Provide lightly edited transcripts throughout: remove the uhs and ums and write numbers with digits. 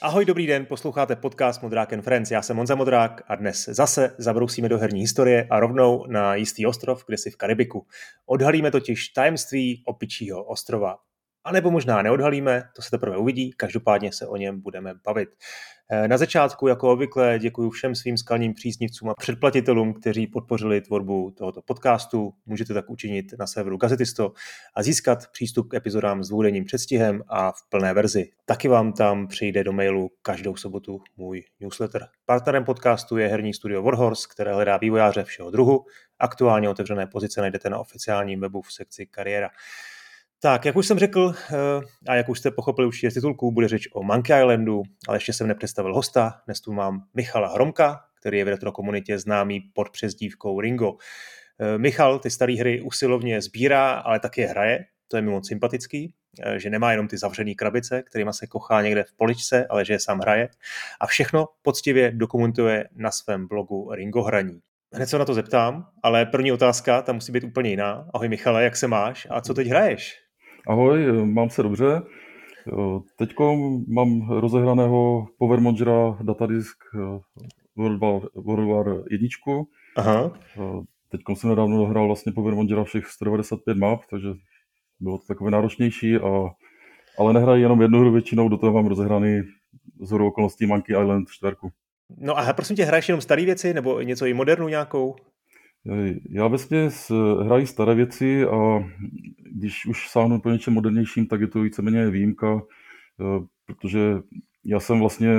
Ahoj, dobrý den, posloucháte podcast Modrák & Friends. Já jsem Honza Modrák a dnes zase zabrousíme do herní historie a rovnou na jistý ostrov, kde si v Karibiku. Odhalíme totiž tajemství Opičího ostrova. A nebo možná neodhalíme, to se teprve uvidí, každopádně se o něm budeme bavit. Na začátku, jako obvykle, děkuji všem svým skalním příznivcům a předplatitelům, kteří podpořili tvorbu tohoto podcastu. Můžete tak učinit na serveru Gazetisto a získat přístup k epizodám s dvoudenním předstihem a v plné verzi. Taky vám tam přijde do mailu každou sobotu můj newsletter. Partnerem podcastu je herní studio Warhorse, které hledá vývojáře všeho druhu. Aktuálně otevřené pozice najdete na oficiálním webu v sekci kariéra. Tak, jak už jsem řekl, a jak už jste pochopili určitě z titulků, bude řeč o Monkey Islandu, ale ještě jsem nepředstavil hosta. Dnes tu mám Michala Hromka, který je v retro komunitě známý pod přezdívkou Ringo. Michal ty staré hry usilovně sbírá, ale taky je hraje. To je mi moc sympatický, že nemá jenom ty zavřený krabice, kterýma se kochá někde v poličce, ale že je sám hraje. A všechno poctivě dokumentuje na svém blogu Ringo hraní. Hned se na to zeptám, ale první otázka, ta musí být úplně jiná. Ahoj Michale, jak se máš a co teď hraješ? Ahoj, mám se dobře. Teďko mám rozehraného Power Mongera datadisk World War 1. Aha. Teďko jsem nedávno dohrál vlastně Power Mongera všech 195 map, takže bylo to takové náročnější, ale nehraji jenom jednu hru většinou, do toho mám rozehraný shodou okolností Monkey Island 4. No a prosím tě, hraješ jenom staré věci nebo něco i modernu nějakou? Já vesměs hraji staré věci a když už sáhnu po něčem modernějším, tak je to víceméně výjimka, protože já jsem vlastně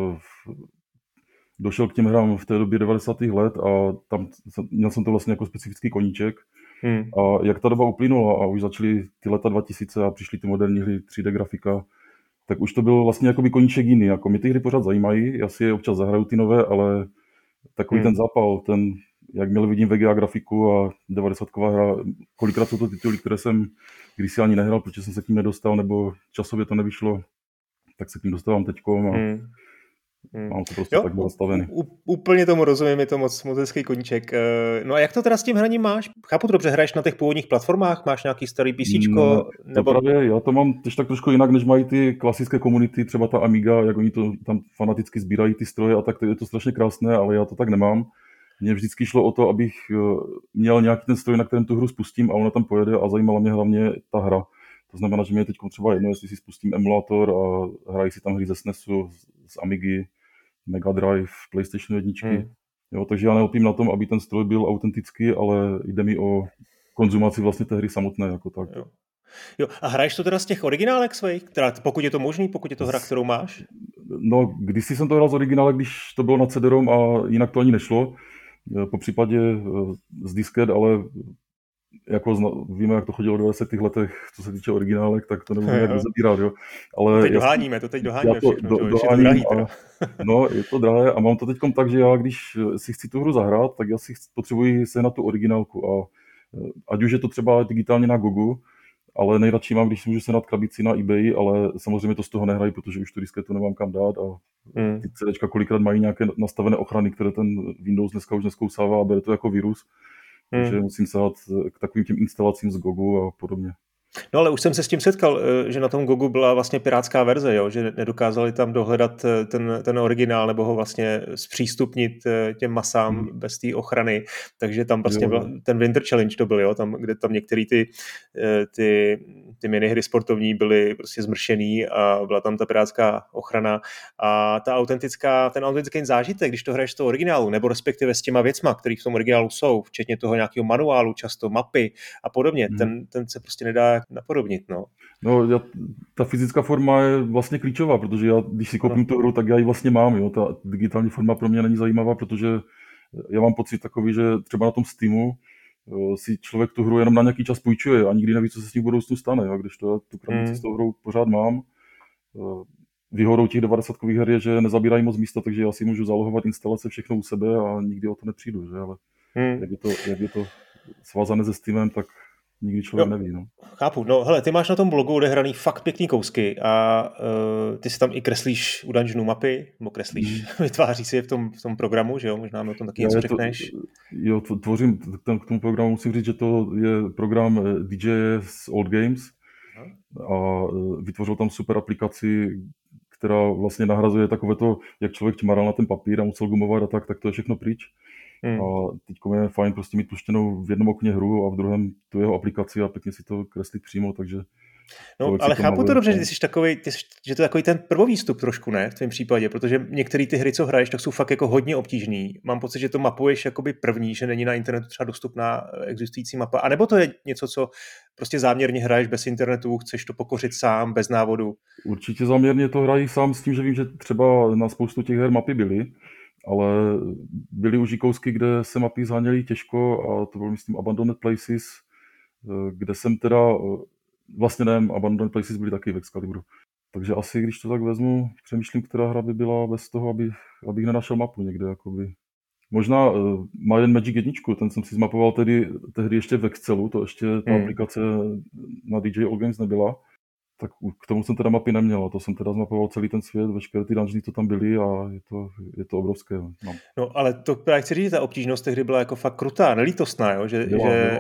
došel k těm hrám v té době 90. let a tam měl jsem to vlastně jako specifický koníček. A jak ta doba uplynula a už začaly ty leta 2000 a přišly ty moderní hry 3D grafika, tak už to byl vlastně jakoby koníček jiný. Jako mě ty hry pořád zajímají, já si je občas zahraju ty nové, ale takový ten zápal, jakmile vidím VGA grafiku a 90ková hra, kolikrát jsou to tituly, které jsem kdysi ani nehrál, protože jsem se k ním nedostal, nebo časově to nevyšlo, tak se k ním dostávám teďko a mám to prostě tak nastavený. Úplně tomu rozumím, je to moc hezký koníček. No a jak to teda s tím hraním máš? Chápu to dobře, hraješ na těch původních platformách, máš nějaký starý PCčko? Nebo... Právě, já to mám tež tak trošku jinak, než mají ty klasické komunity, třeba ta Amiga, jak oni to tam fanaticky sbírají ty stroje a tak, to je to strašně krásné, ale já to tak nemám. Mně vždycky šlo o to, abych měl nějaký ten stroj, na kterém tu hru spustím a ona tam pojede a zajímala mě hlavně ta hra. To znamená, že mě je teď třeba jedno, jestli si spustím emulátor a hrají si tam hry ze SNESu, z Amigy, Mega Drive, PlayStation 1. Jo, takže já nelpím na tom, aby ten stroj byl autentický, ale jde mi o konzumaci vlastně té hry samotné jako tak. Jo. A hraješ to teda z těch originálek svých, pokud je to možný, pokud je to hra, kterou máš? No, kdysi jsem to hrál z originále, když to bylo na CD-ROM a jinak to ani nešlo. Po případě z disket, ale jako víme, jak to chodilo v 90. letech, co se týče originálek, tak to nebudu nějak rozebírat, jo. Ale to teď doháníme všechno, No, je to drahé a mám to teďkom tak, že já, když si chci tu hru zahrát, tak já si potřebuji sehnat tu originálku a ať už je to třeba digitálně na Gogu, ale nejradši mám, když můžu sehnat krabici na eBay, ale samozřejmě to z toho nehrají, protože už tu disketu nemám kam dát a ty CDčka kolikrát mají nějaké nastavené ochrany, které ten Windows dneska už neskousává a bere to jako virus. Takže musím sahat k takovým těm instalacím z Gogu a podobně. No ale už jsem se s tím setkal, že na tom Gogu byla vlastně pirátská verze, jo? Že nedokázali tam dohledat ten originál nebo ho vlastně zpřístupnit těm masám bez té ochrany, takže tam vlastně ten Winter Challenge to byl, jo? Tam, kde tam některé ty minihry sportovní byly prostě zmršený a byla tam ta pirátská ochrana a ten autentický zážitek, když to hraješ z toho originálu, nebo respektive s těma věcma, které v tom originálu jsou, včetně toho nějakého manuálu, často mapy a podobně, ten se prostě nedá napodobnit, no. No, ta fyzická forma je vlastně klíčová, protože já, když si koupím tu hru, tak já ji vlastně mám, jo. Ta digitální forma pro mě není zajímavá, protože já mám pocit takový, že třeba na tom Steamu si člověk tu hru jenom na nějaký čas půjčuje a nikdy neví, co se s ní v budoucnu stane, jo. Když to tu krabici s tou hrou pořád mám. Výhodou těch 90kových her je, že nezabírají moc místa, takže já si můžu zálohovat instalace všechno u sebe a nikdy o to nepřijdu, že? Ale jak je to svázané se Steamem, tak nikdy člověk neví. No. Chápu. No hele, ty máš na tom blogu odehraný fakt pěkný kousky a ty si tam i kreslíš u dungeonu mapy, nebo kreslíš, vytváří si je v tom programu, že jo? Možná mi o tom taky něco řekneš. Tvořím k tomu programu, musím říct, že to je program DJ z Old Games a vytvořil tam super aplikaci, která vlastně nahrazuje takové to, jak člověk čmaral na ten papír a musel gumovat a tak to je všechno pryč. A teď je fajn prostě mít puštěnou v jednom okně hru a v druhém tu jeho aplikaci a pěkně si to kreslit přímo, takže... No, ale chápu to dobře, že jsi takový, že to je takový ten prvovýstup trošku, ne, v tvém případě, protože některé ty hry, co hraješ, tak jsou fakt jako hodně obtížný. Mám pocit, že to mapuješ jakoby první, že není na internetu třeba dostupná existující mapa, anebo to je něco, co prostě záměrně hraješ bez internetu, chceš to pokořit sám, bez návodu? Určitě záměrně to hrají sám s tím, že vím, že třeba na spoustu těch her mapy byly, ale byly už i kousky, kde se mapy zháněly těžko a to bylo, myslím, Abandoned Places, kde jsem teda, vlastně nevím, Abandoned Places byly taky v Excaliburu. Takže asi, když to tak vezmu, přemýšlím, která hra by byla bez toho, abych nenašel mapu někde, jakoby. Možná má jen Magic 1, ten jsem si zmapoval tehdy ještě v Excelu, to ještě ta aplikace na DJ All Games nebyla. Tak k tomu jsem teda mapy neměl, to jsem teda zmapoval celý ten svět, veškeré ty dungeony, co tam byly a je to obrovské. No ale to právě chci říct, ta obtížnost tehdy byla jako fakt krutá, nelítostná, jo? Že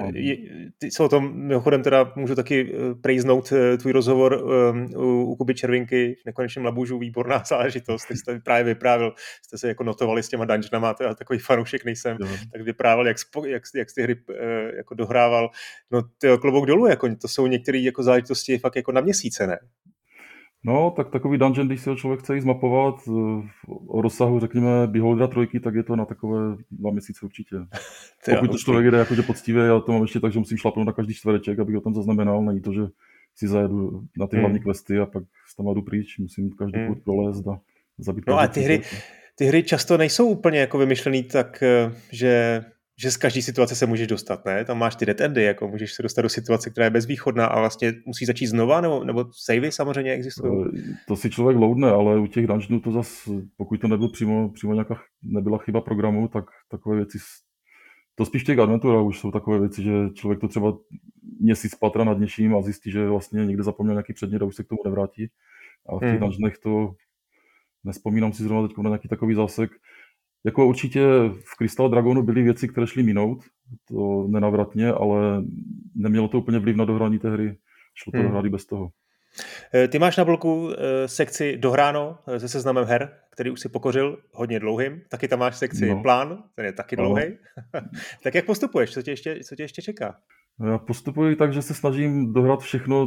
ty se o tom mimochodem teda můžu taky prejznout tvůj rozhovor u Kuby Červinky v Nekonečném Labužu, výborná záležitost, ty jste právě vyprávil, jste se jako notovali s těma dungeonama, to já takový fanoušek nejsem, tak vyprávil, jak ty hry jako dohrával, no ty klobouk dolů, jako to jsou některé jako záležitosti fakt jako na měsíce, ne? No, tak takový dungeon, když si ho člověk chce jí zmapovat o rozsahu, řekněme, Beholdera 3, tak je to na takové 2 měsíce určitě. Pokud to člověk jde jakože poctivě, já to mám ještě tak, že musím šlapnout na každý čtvereček, abych ho tam zaznamenal. Není to, že si zajedu na ty hlavní questy a pak tam jdu pryč, musím každý půd prolézt a zabít. No a ty hry často nejsou úplně jako vymyšlený tak, že z každé situace se můžeš dostat, ne? Tam máš ty dead endy, jako můžeš se dostat do situace, která je bezvýchodná a vlastně musí začít znova, nebo savey samozřejmě existují? To si člověk loadne, ale u těch dungeonů to zas, pokud to nebyl přímo nějaká, nebyla chyba programu, tak takové věci, to spíš těch adventurách už jsou takové věci, že člověk to třeba měsíc patra nad něčím a zjistí, že vlastně někde zapomněl nějaký předmět a už se k tomu nevrátí. A v těch dungeonech to nespomínám si zrovna teď na nějaký takový zásek. Jako určitě v Crystal Dragonu byly věci, které šly minout, to nenavratně, ale nemělo to úplně vliv na dohrání té hry. Šlo to dohrát i bez toho. Ty máš na bloku sekci dohráno se seznamem her, který už si pokořil hodně dlouhým. Taky tam máš sekci plán, ten je taky dlouhý. Tak jak postupuješ? Co tě ještě čeká? Já postupuji tak, že se snažím dohrát všechno,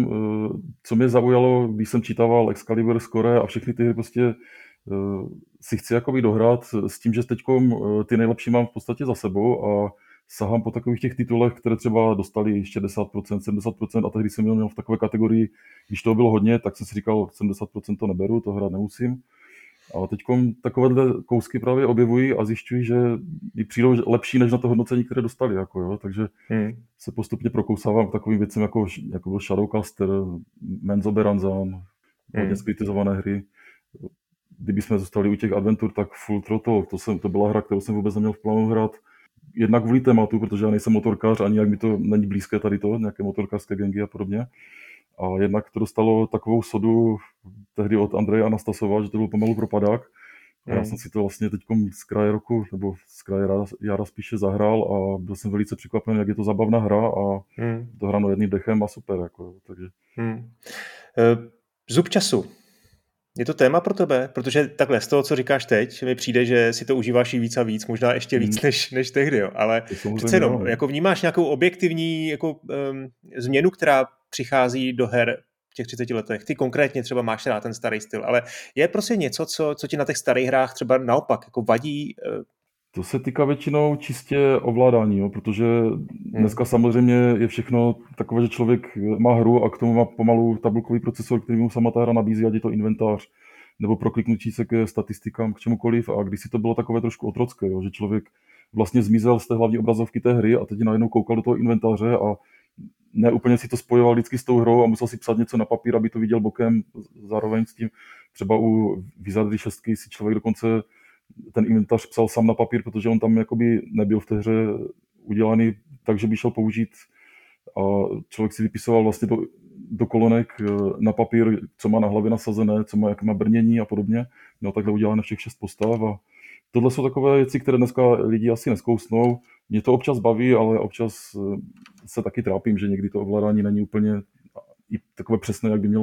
co mě zaujalo, když jsem čítával Excalibur, Score a všechny ty hry prostě si chci jakoby dohrát s tím, že teďkom ty nejlepší mám v podstatě za sebou a sahám po takových těch titulech, které třeba dostali 60%, 70% a tehdy jsem měl v takové kategorii, když toho bylo hodně, tak jsem si říkal, 70% to neberu, to hrát nemusím. A teďkom takovéhle kousky právě objevují a zjišťuji, že mi přijdou lepší než na to hodnocení, které dostali. Jako, jo. Takže se postupně prokousávám k takovým věcem, jako byl Shadowcaster, Men's Oberanzan, hodně skritizované hry. Kdyby jsme zůstali u těch adventur, tak Full Throttle, to byla hra, kterou jsem vůbec neměl v plánu hrát. Jednak kvůli tématu, protože já nejsem motorkář, ani jak mi to není blízké tady to, nějaké motorkářské gangy a podobně. A jednak to dostalo takovou sodu tehdy od Andreje Anastasova, že to byl pomalu propadák. A já jsem si to vlastně teď z kraje roku, nebo z kraje jara spíše zahrál a byl jsem velice překvapen, jak je to zábavná hra a dohráno jedným dechem a super. Jako, takže. Zub času. Je to téma pro tebe? Protože takhle, z toho, co říkáš teď, mi přijde, že si to užíváš i víc a víc, možná ještě víc než tehdy, jo. Ale přece jenom, jako vnímáš nějakou objektivní jako, změnu, která přichází do her v těch 30 letech. Ty konkrétně třeba máš rád ten starý styl, ale je prostě něco, co ti na těch starých hrách třeba naopak jako vadí? To se týká většinou čistě ovládání, jo, protože dneska samozřejmě je všechno takové, že člověk má hru a k tomu má pomalu tabulkový procesor, který mu sama ta hra nabízí, ať je to inventář, nebo prokliknutí se ke statistikám, k čemukoliv. A když si to bylo takové trošku otrocké, jo, že člověk vlastně zmizel z té hlavní obrazovky té hry a teď najednou koukal do toho inventáře a ne úplně si to spojoval vždycky s tou hrou a musel si psát něco na papír, aby to viděl bokem, zároveň s tím. Třeba u Wizardry 6 si člověk dokonce ten inventář psal sám na papír, protože on tam jakoby nebyl v té hře udělaný tak, že by šel použít a člověk si vypisoval vlastně do kolonek na papír, co má na hlavě nasazené, co má, jak má brnění a podobně. Měl takhle udělané všech 6 postav a tohle jsou takové věci, které dneska lidi asi neskousnou. Mě to občas baví, ale občas se taky trápím, že někdy to ovládání není úplně i takové přesné, jak by mělo být.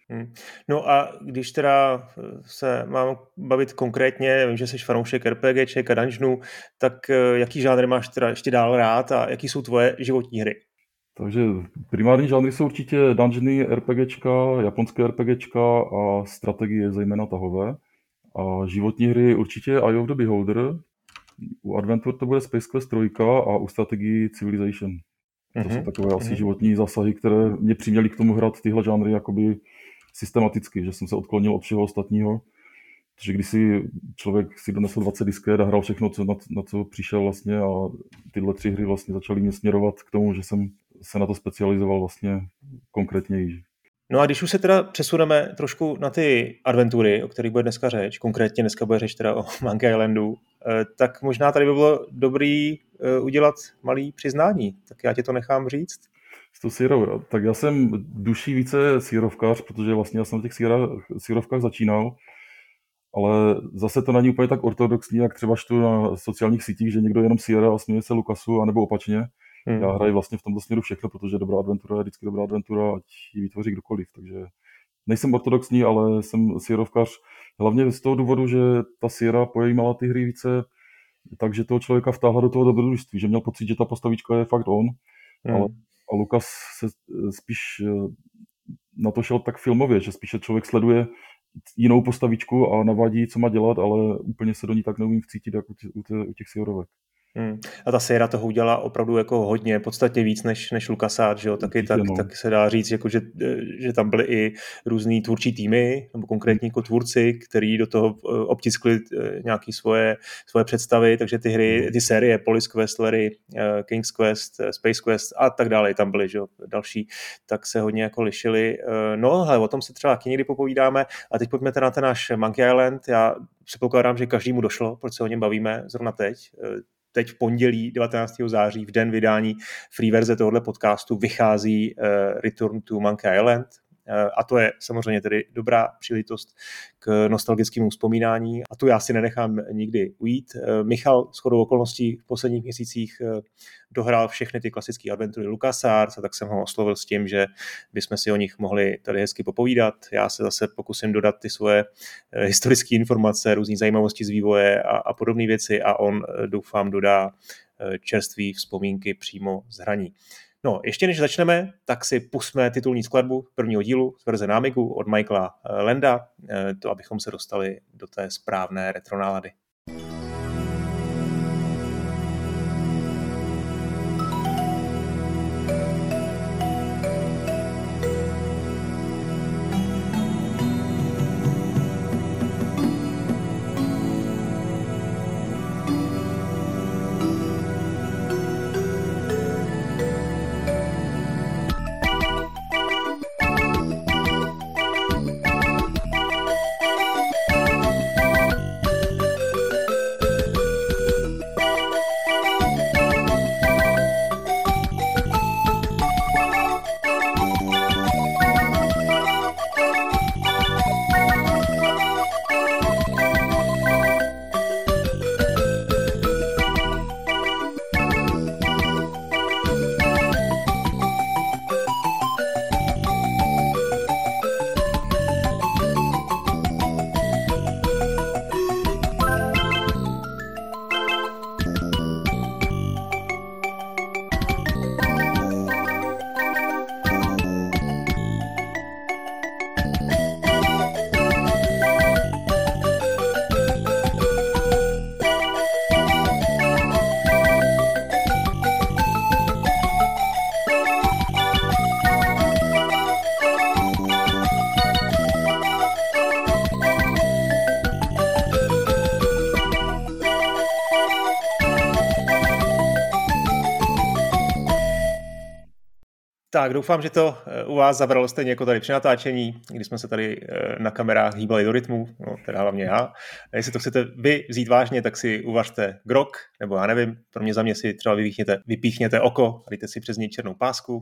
No a když teda se mám bavit konkrétně, vím, že jsi fanoušek RPGček a dungeonů, tak jaký žánry máš teda ještě dál rád a jaký jsou tvoje životní hry? Takže primární žánry jsou určitě dungeony, RPGčka, japonské RPGčka a strategie, zejména tahové. A životní hry určitě Eye of the Beholder, u Adventure to bude Space Quest 3 a u strategii Civilization. To jsou takové asi životní zásahy, které mě přiměly k tomu hrát tyhle žánry jakoby systematicky, že jsem se odklonil od všeho ostatního. Takže když si člověk si donesl 20 disket a hrál všechno, na co přišel vlastně, a tyhle 3 hry vlastně začaly mě směrovat k tomu, že jsem se na to specializoval vlastně konkrétněji. No a když už se teda přesuneme trošku na ty adventury, o kterých bude dneska řeč, konkrétně dneska bude řeč teda o Monkey Islandu, tak možná tady by bylo dobrý udělat malý přiznání. Tak já tě to nechám říct. Tak já jsem duší více sírovkář, protože vlastně já jsem na těch sírovkách začínal, ale zase to není úplně tak ortodoxní, jak třeba čtu na sociálních sítích, že někdo jenom Sierra a směje se Lucasu, anebo opačně. Já hraji vlastně v tomto směru všechno, protože dobrá adventura je vždycky dobrá adventura, ať ji vytvoří kdokoliv. Takže nejsem ortodoxní, ale jsem sierovkař. Hlavně z toho důvodu, že ta Sierra pojímala ty hry více, takže toho člověka vtáhla do toho dobrodružství, že měl pocit, že ta postavička je fakt on. A Lucas se spíš na to šel tak filmově, že spíše člověk sleduje jinou postavičku a navádí, co má dělat, ale úplně se do ní tak neumím vcítit, jako u těch Sierovek. A ta Sierra toho udělala opravdu jako hodně, podstatně víc než LucasArts, že jo? Taky se dá říct, jako, že tam byly i různý tvůrčí týmy, nebo konkrétní jako tvůrci, kteří do toho obtiskli nějaké svoje představy, takže ty hry, ty série, Police Quest, Larry, King's Quest, Space Quest a tak dále, tam byly, že jo, další, tak se hodně jako lišily. No, hele, o tom se třeba taky někdy popovídáme. A teď pojďme teda na ten náš Monkey Island. Já předpokládám, že každému došlo, proč se o něm bavíme zrovna teď. Teď v pondělí 19. září, v den vydání free verze tohoto podcastu, vychází Return to Monkey Island. A to je samozřejmě tedy dobrá příležitost k nostalgickému vzpomínání. A tu já si nenechám nikdy ujít. Michal shodou okolností v posledních měsících dohrál všechny ty klasické adventury LucasArts, a tak jsem ho oslovil s tím, že bychom si o nich mohli tady hezky popovídat. Já se zase pokusím dodat ty svoje historické informace, různé zajímavosti z vývoje a podobné věci, a on, doufám, dodá čerstvé vzpomínky přímo z hraní. No, ještě než začneme, tak si pusťme titulní skladbu prvního dílu z verze na Amigu od Michaela Landa, to abychom se dostali do té správné retro nálady. Tak, doufám, že to u vás zabralo stejně jako tady při natáčení, kdy jsme se tady na kamerách hýbali do rytmu, no, teda hlavně já. A jestli to chcete vy vzít vážně, tak si uvařte grog, nebo já nevím, pro mě za mě si třeba vypíchněte oko a dejte si přes něj černou pásku.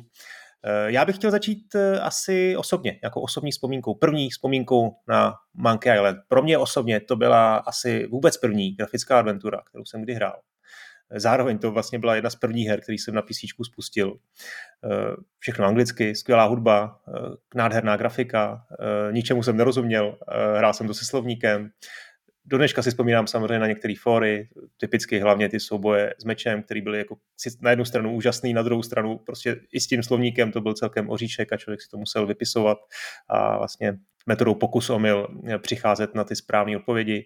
Já bych chtěl začít asi osobně, jako osobní vzpomínkou. První vzpomínkou na Monkey Island. Pro mě osobně to byla asi vůbec první grafická adventura, kterou jsem kdy hrál. Zároveň to vlastně byla jedna z prvních her, který jsem na PCčku spustil. Všechno anglicky, skvělá hudba, nádherná grafika, ničemu jsem nerozuměl, hrál jsem to se slovníkem. Do dneška si vzpomínám samozřejmě na některé fóry, typicky hlavně ty souboje s mečem, které byly jako na jednu stranu úžasný, na druhou stranu prostě i s tím slovníkem to byl celkem oříšek a člověk si to musel vypisovat a vlastně metodou pokus omyl přicházet na ty správné odpovědi.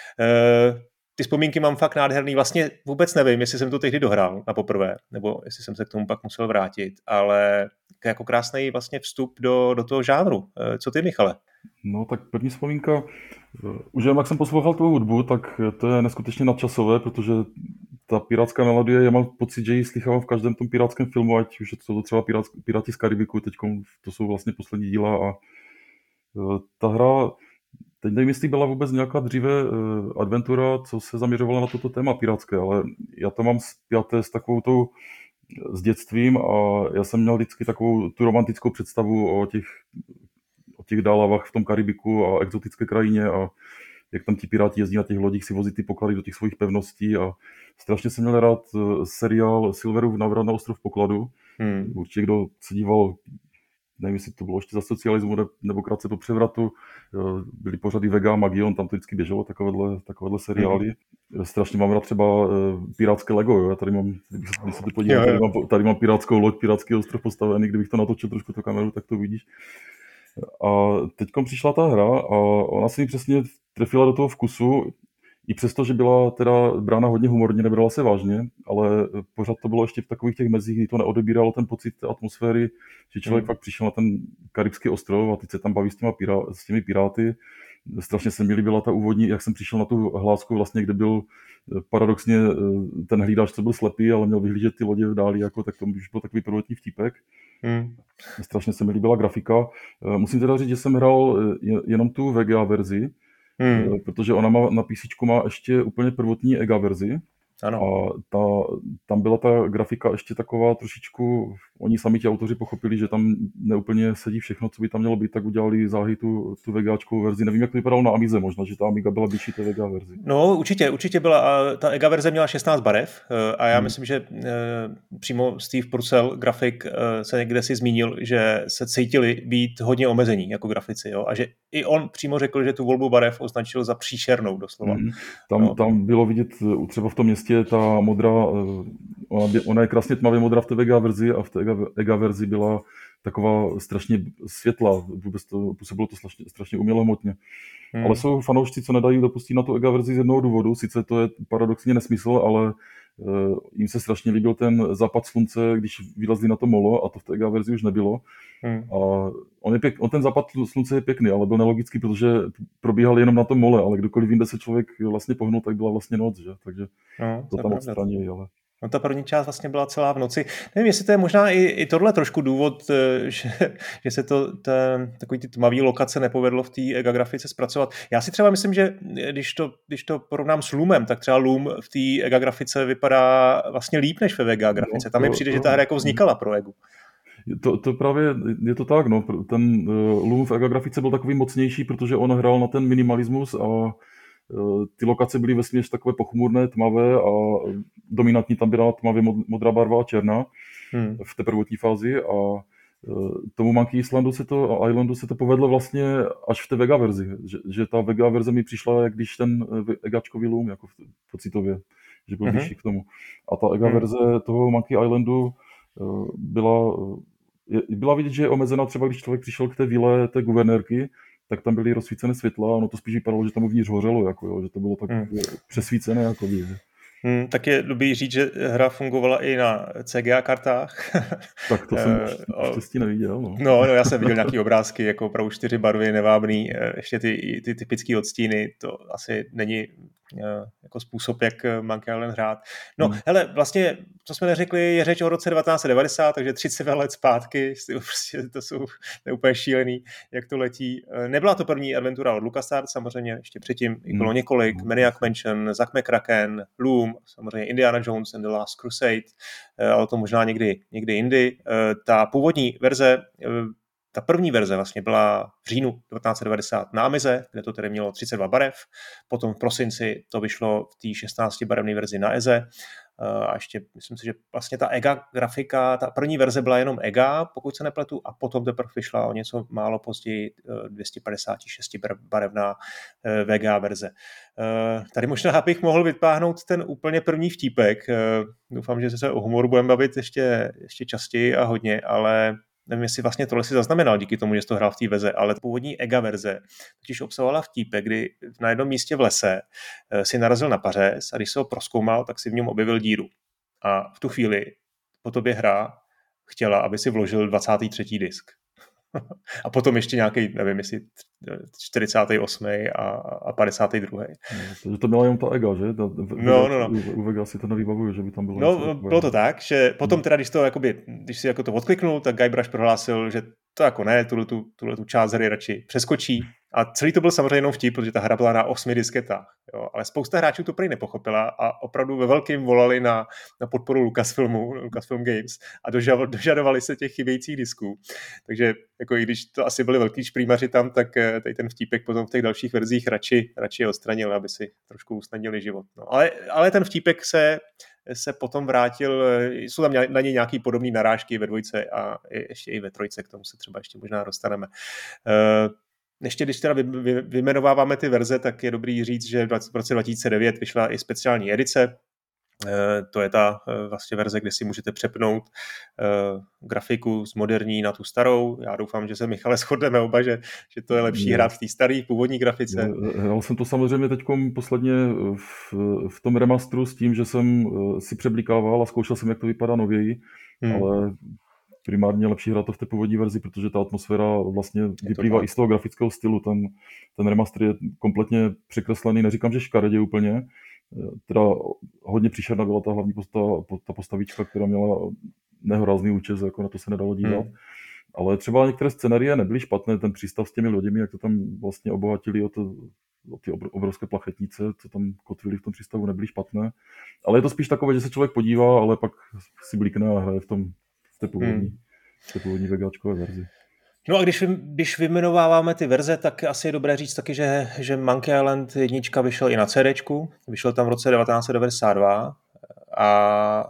Ty vzpomínky mám fakt nádherný, vlastně vůbec nevím, jestli jsem to tehdy dohrál na poprvé, nebo jestli jsem se k tomu pak musel vrátit, ale jako krásný vlastně vstup do toho žánru. Co ty, Michale? No tak první vzpomínka, už jen jak jsem poslouchal tu hudbu, tak to je neskutečně nadčasové, protože ta pirátská melodie, já mám pocit, že ji slychám v každém tom pirátském filmu, ať už je to třeba Piráti z Karibiku, teď to jsou vlastně poslední díla a ta hra, teď nevím, jestli byla vůbec nějaká dříve adventura, co se zaměřovala na toto téma pirátské, ale já to mám spjaté s takovou tou s dětstvím a já jsem měl vždycky takovou tu romantickou představu o těch dálavách v tom Karibiku a exotické krajině a jak tam ti piráti jezdí na těch lodích, si vozí ty poklady do těch svých pevností a strašně jsem měl rád seriál Silverův návrat na ostrov pokladu. Určitě kdo se díval, nevím, jestli to bylo ještě za socialismu nebo krátce po převratu, byly pořady Vega, Magion, tam to vždycky běželo, takovéhle seriály. Strašně mám rád třeba pirátské Lego, jo. Já tady mám, když se to podívám, tady mám pirátskou loď, pirátský ostrov postavený, kdybych to natočil trošku tu kameru, tak to vidíš. A teďkom přišla ta hra a ona si přesně trefila do toho vkusu, i přesto, že byla teda brána hodně humorně, nebrala se vážně, ale pořád to bylo ještě v takových těch mezích, kdy to neodebíralo ten pocit té atmosféry, že člověk fakt přišel na ten karibský ostrov a teď se tam baví s těmi piráty. Strašně se mi líbila ta úvodní, jak jsem přišel na tu hlásku vlastně, kde byl paradoxně ten hlídač, co byl slepý, ale měl vyhlížet ty lodě v dáli, jako, tak to už byl takový prvotní vtípek. Strašně se mi líbila grafika. Musím teda říct, že jsem hrál jenom tu VGA verzi, protože ona na PCčku má ještě úplně prvotní EGA verzi. Ano. A tam byla ta grafika ještě taková trošičku, oni sami ti autoři pochopili, že tam neúplně sedí všechno, co by tam mělo být, tak udělali záhy tu VGAčkovou verzi. Nevím, jak to vypadalo na Amize, možná, že ta Amiga byla blížší té VGA verzi. No, určitě byla. A ta EGA verze měla 16 barev a já myslím, že přímo Steve Purcell, grafik, se někde si zmínil, že se cítili být hodně omezení jako grafici, jo? A že i on přímo řekl, že tu volbu barev označil za příšernou doslova. Tam bylo vidět třeba v tom městě ta modrá, ona je krásně tmavě modrá v té VGA verzi a v té EGA verzi byla taková strašně světla, vůbec to působilo to strašně umělohmotně. Ale jsou fanoušci, co nedají dopustit na tu EGA verzi z jednoho důvodu, sice to je paradoxně nesmysl, ale jim se strašně líbil ten západ slunce, když vylezli na to molo a to v té EGA verzi už nebylo. A on ten západ slunce je pěkný, ale byl nelogický, protože probíhal jenom na tom mole, ale kdokoliv jinde se člověk vlastně pohnul, tak byla vlastně noc, že? Takže to tam odstranili, ale... No, ta první část vlastně byla celá v noci. Nevím, jestli to je možná i tohle trošku důvod, že se takový ty tmavý lokace nepovedlo v té EGA grafice zpracovat. Já si třeba myslím, že když to porovnám s Loomem, tak třeba Loom v té EGA grafice vypadá vlastně líp než ve VGA grafice. Tam mi přijde, že ta hra jako vznikala pro EGU. To právě je to tak, no. Ten Loom v EGA grafice byl takový mocnější, protože on hrál na ten minimalismus a ty lokace byly vesměs takové pochmurné, tmavé a dominantní tam byla tmavě modrá barva a černá v té prvotní fázi a tomu Monkey Islandu se to povedlo vlastně až v té Vega verzi, že ta Vega verze mi přišla, jak když ten EGAčkový Loom, jako pocitově, že byl blížší k tomu. A ta EGA verze toho Monkey Islandu byla vidět, že je omezená třeba, když člověk přišel k té vile té guvernérky, tak tam byly rozsvícené světla a ono to spíš vypadalo, že tam uvnitř hořelo, jako, jo, že to bylo tak přesvícené. Jako, tak je dobrý říct, že hra fungovala i na CGA kartách. Tak to jsem štěstí neviděl. No, já jsem viděl nějaké obrázky, jako opravdu 4 barvy, nevábný, ještě ty typické odstíny, to asi není jako způsob, jak Monkey Island hrát. No, hele, vlastně, co jsme neřekli, je řeč o roce 1990, takže 30 let zpátky, prostě to jsou úplně šílený, jak to letí. Nebyla to první adventura od LucasArts, samozřejmě ještě předtím bylo několik, Maniac Mansion, Zack McCracken, Loom, samozřejmě Indiana Jones and the Last Crusade, ale to možná někdy jindy. Ta původní verze, ta první verze vlastně byla v říjnu 1990 na Amize, kde to tedy mělo 32 barev, potom v prosinci to vyšlo v té 16 barevné verzi na EZE a ještě myslím si, že vlastně ta EGA grafika, ta první verze byla jenom EGA, pokud se nepletu, a potom teprve vyšla o něco málo později 256 barevná VGA verze. Tady možná bych mohl vytáhnout ten úplně první vtípek. Doufám, že se o humoru budeme bavit ještě častěji a hodně, ale nevím, jestli vlastně tohle si zaznamenal díky tomu, že jsi to hrál v té verze, ale původní EGA verze totiž obsahovala vtípek, kdy na jednom místě v lese si narazil na pařez a když se ho prozkoumal, tak si v něm objevil díru. A v tu chvíli po tobě hra chtěla, aby si vložil 23. disk. A potom ještě nějaký, nevím, jestli 48. a 52. Takže to byla jenom ta EGA, že? No. U Vega si to nevybavuju, že by tam bylo. No, bylo to tak, že potom teda, když si jako to odkliknul, tak Guybrush prohlásil, že to jako ne, tu část hry radši přeskočí. A celý to byl samozřejmě jenom vtip, protože ta hra byla na 8 disketách. Jo. Ale spousta hráčů to prý nepochopila a opravdu ve velkým volali na podporu Lucasfilm Games a dožadovali se těch chybějících disků. Takže jako i když to asi byli velký šprýmaři tam, tak tady ten vtípek potom v těch dalších verzích radši odstranil, aby si trošku usnadnili život. No. Ale ten vtípek se potom vrátil, jsou tam na něj nějaký podobný narážky ve dvojce a ještě i ve trojce, k tomu se třeba ještě možná dostaneme. Ještě když teda vyjmenováváme ty verze, tak je dobrý říct, že v roce 2009 vyšla i speciální edice. To je ta vlastně verze, kde si můžete přepnout grafiku z moderní na tu starou. Já doufám, že se, Michale, shodneme oba, že to je lepší hrát v té staré původní grafice. Já jsem to samozřejmě teď posledně v tom remasteru s tím, že jsem si přeblikával a zkoušel jsem, jak to vypadá nověji, ale primárně lepší hrát to v té původní verzi, protože ta atmosféra vlastně vyplývá i z toho grafického stylu. Ten remaster je kompletně překreslený, neříkám, že škaredě úplně. Teda hodně příšerná byla ta hlavní postavička, která měla nehorázný účes, jako na to se nedalo dívat. Ale třeba některé scenérie nebyly špatné, ten přístav s těmi loděmi, jak to tam vlastně obohatili o ty obrovské plachetnice, co tam kotvili v tom přístavu, nebyly špatné. Ale je to spíš takové, že se člověk podívá, ale pak si blíkne a hraje v té původní vegáčkové verzi. No a když vyjmenováváme ty verze, tak asi je dobré říct taky, že Monkey Island 1 vyšel i na CDčku, vyšel tam v roce 1992 a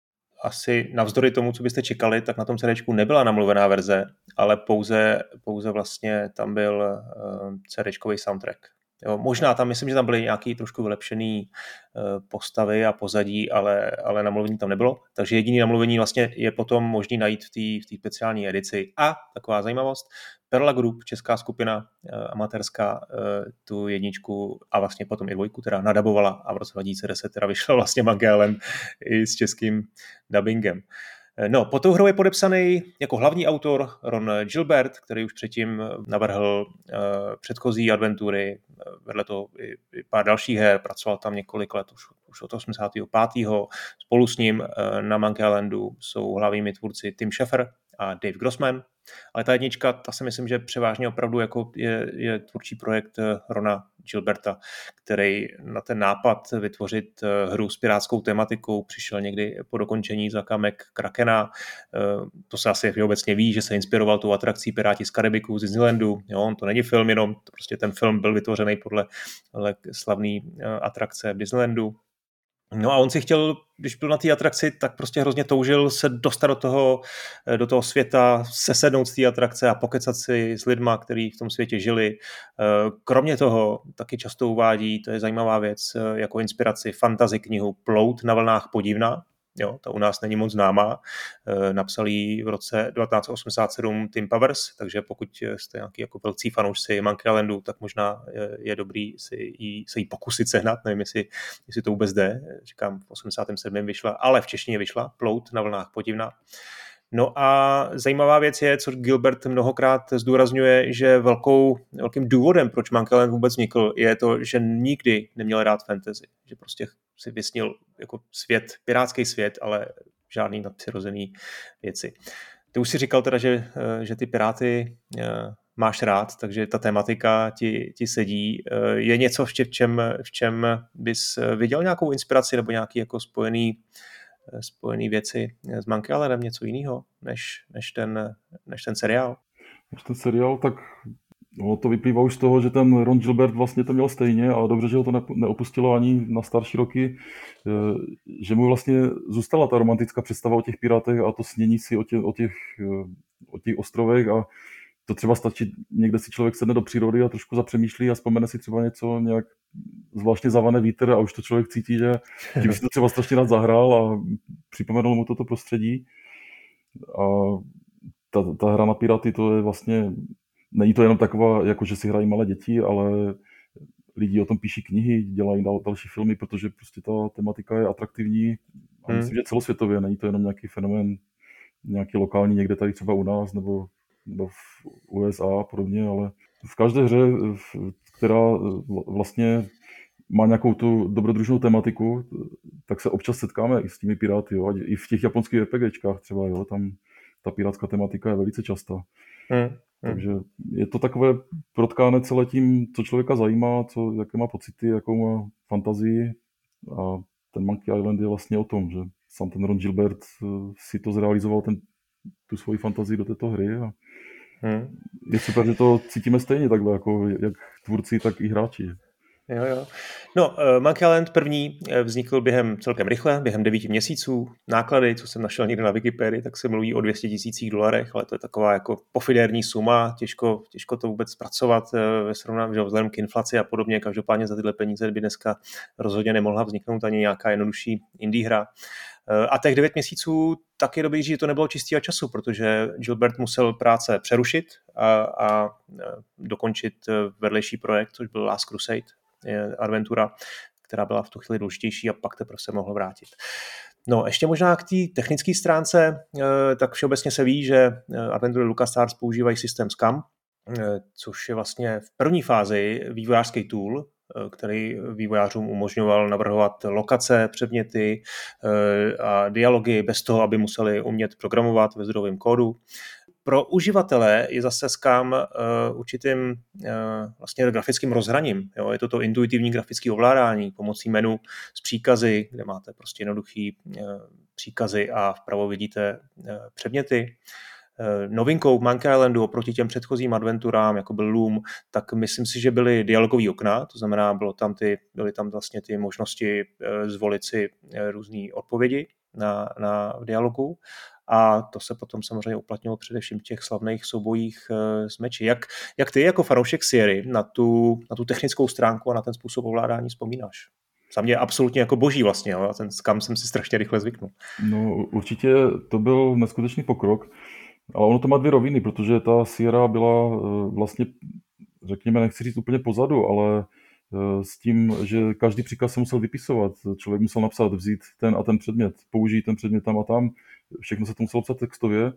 asi navzdory tomu, co byste čekali, tak na tom CDčku nebyla namluvená verze, ale pouze vlastně tam byl CDčkový soundtrack. Jo, možná tam, myslím, že tam byly nějaký trošku vylepšený postavy a pozadí, ale namluvení tam nebylo. Takže jediný namluvení vlastně je potom možný najít v té speciální edici. A taková zajímavost, Perla Group, česká skupina amatérská, tu 1 a vlastně potom i 2 teda nadabovala a v roce 2010 teda vyšel vlastně Monkey Island i s českým dubbingem. No, pod tou hrou je podepsaný jako hlavní autor Ron Gilbert, který už předtím navrhl předchozí adventury, vedle toho i pár dalších her, pracoval tam několik let, už od 85. Spolu s ním na Monkey Islandu jsou hlavními tvůrci Tim Schafer a Dave Grossman. Ale ta 1, ta si myslím, že převážně opravdu jako je tvůrčí projekt Rona Gilberta, který na ten nápad vytvořit hru s pirátskou tematikou přišel někdy po dokončení za kamek Krakena. To se asi obecně ví, že se inspiroval tou atrakcí Piráti z Karibiku z Disneylandu. Jo, to není film jenom, prostě ten film byl vytvořený podle slavné atrakce v Disneylandu. No a on si chtěl, když byl na té atrakci, tak prostě hrozně toužil se dostat do toho světa, sesednout z té atrakce a pokecat si s lidma, kteří v tom světě žili. Kromě toho taky často uvádí, to je zajímavá věc, jako inspiraci fantasy knihu Plout na vlnách podivna. Jo, ta u nás není moc známá. Napsal ji v roce 1987 Tim Powers, takže pokud jste nějaký jako velcí fanoušci Monkey Islandu, tak možná je dobrý se jí pokusit sehnat. Nevím, jestli to vůbec jde. Říkám, v 87. vyšla, ale v češtině vyšla Plout na vlnách podivna. No a zajímavá věc je, co Gilbert mnohokrát zdůrazňuje, že velkým důvodem, proč Monkey Island vůbec vznikl, je to, že nikdy neměl rád fantasy. Že prostě si vysnil jako svět, pirátský svět, ale žádný nadpřirozený věci. Ty už si říkal teda, že ty piráty máš rád, takže ta tematika ti sedí. Je něco, v čem bys viděl nějakou inspiraci nebo nějaký jako spojený věci s Monkey Islandem, něco jiného než ten seriál? Než ten seriál, tak No, to vyplývá už z toho, že ten Ron Gilbert vlastně to měl stejně a dobře, že ho to neopustilo ani na starší roky, že mu vlastně zůstala ta romantická představa o těch pirátech a to snění si o těch ostrovech a to třeba stačí, někde si člověk sedne do přírody a trošku zapřemýšlí a vzpomene si třeba něco nějak zvláštně zavane vítr a už to člověk cítí, že tím si to třeba strašně rád zahrál a připomenul mu toto prostředí. A ta hra na piráty, to je vlastně, není to jenom taková, jako že si hrají malé děti, ale lidi o tom píší knihy, dělají další filmy, protože prostě ta tematika je atraktivní a myslím, že celosvětově, není to jenom nějaký fenomén, nějaký lokální někde tady třeba u nás nebo v USA a podobně, ale v každé hře, která vlastně má nějakou tu dobrodružnou tematiku, tak se občas setkáme i s těmi piráty, jo? I v těch japonských RPGčkách třeba, jo? Tam ta pirátská tematika je velice častá. Takže je to takové protkáne celé tím, co člověka zajímá, jaké má pocity, jakou má fantazii a ten Monkey Island je vlastně o tom, že sám ten Ron Gilbert si to zrealizoval tu svoji fantazii do této hry a je super, že to cítíme stejně takhle, jako jak tvůrci, tak i hráči. Jo. No, Monkey Island první vznikl celkem rychle, během 9 měsíců. Náklady, co jsem našel někde na Wikipedii, tak se mluví o $200,000, ale to je taková jako pofidérní suma, těžko to vůbec zpracovat ve srovnání, že vzhledem k inflaci a podobně. Každopádně za tyhle peníze by dneska rozhodně nemohla vzniknout ani nějaká jednodušší indie hra. A těch 9 měsíců tak je dobrý, že to nebylo čistého času, protože Gilbert musel práce přerušit a dokončit vedlejší projekt, což byl Last Crusade, adventura, která byla v tu chvíli důležitější a pak teprve se mohl vrátit. No, ještě možná k té technické stránce, tak všeobecně se ví, že adventury LucasArts používají systém SCAM, což je vlastně v první fázi vývojářský tool, který vývojářům umožňoval navrhovat lokace, předměty a dialogy bez toho, aby museli umět programovat ve zdrojovém kódu. Pro uživatele je zase SCAM určitým vlastně grafickým rozhraním. Jo? Je to intuitivní grafické ovládání pomocí menu s příkazy, kde máte prostě jednoduchý příkazy a vpravo vidíte předměty. Novinkou v Monkey Islandu oproti těm předchozím adventurám, jako byl Loom, tak myslím si, že byly dialogový okna, to znamená, byly tam vlastně ty možnosti zvolit si různé odpovědi na dialogu. A to se potom samozřejmě uplatnilo především v těch slavných soubojích s meči. Jak ty jako fanoušek Sierry na tu technickou stránku a na ten způsob ovládání vzpomínáš? Za mě absolutně jako boží vlastně, jo? A ten SCAM jsem si strašně rychle zvyknul. No určitě to byl neskutečný pokrok, ale ono to má dvě roviny, protože ta Sierra byla vlastně, řekněme, nechci říct úplně pozadu, ale s tím, že každý příkaz se musel vypisovat. Člověk musel napsat, vzít ten a ten předmět, použít ten předmět tam a tam. Všechno se to muselo psat textově.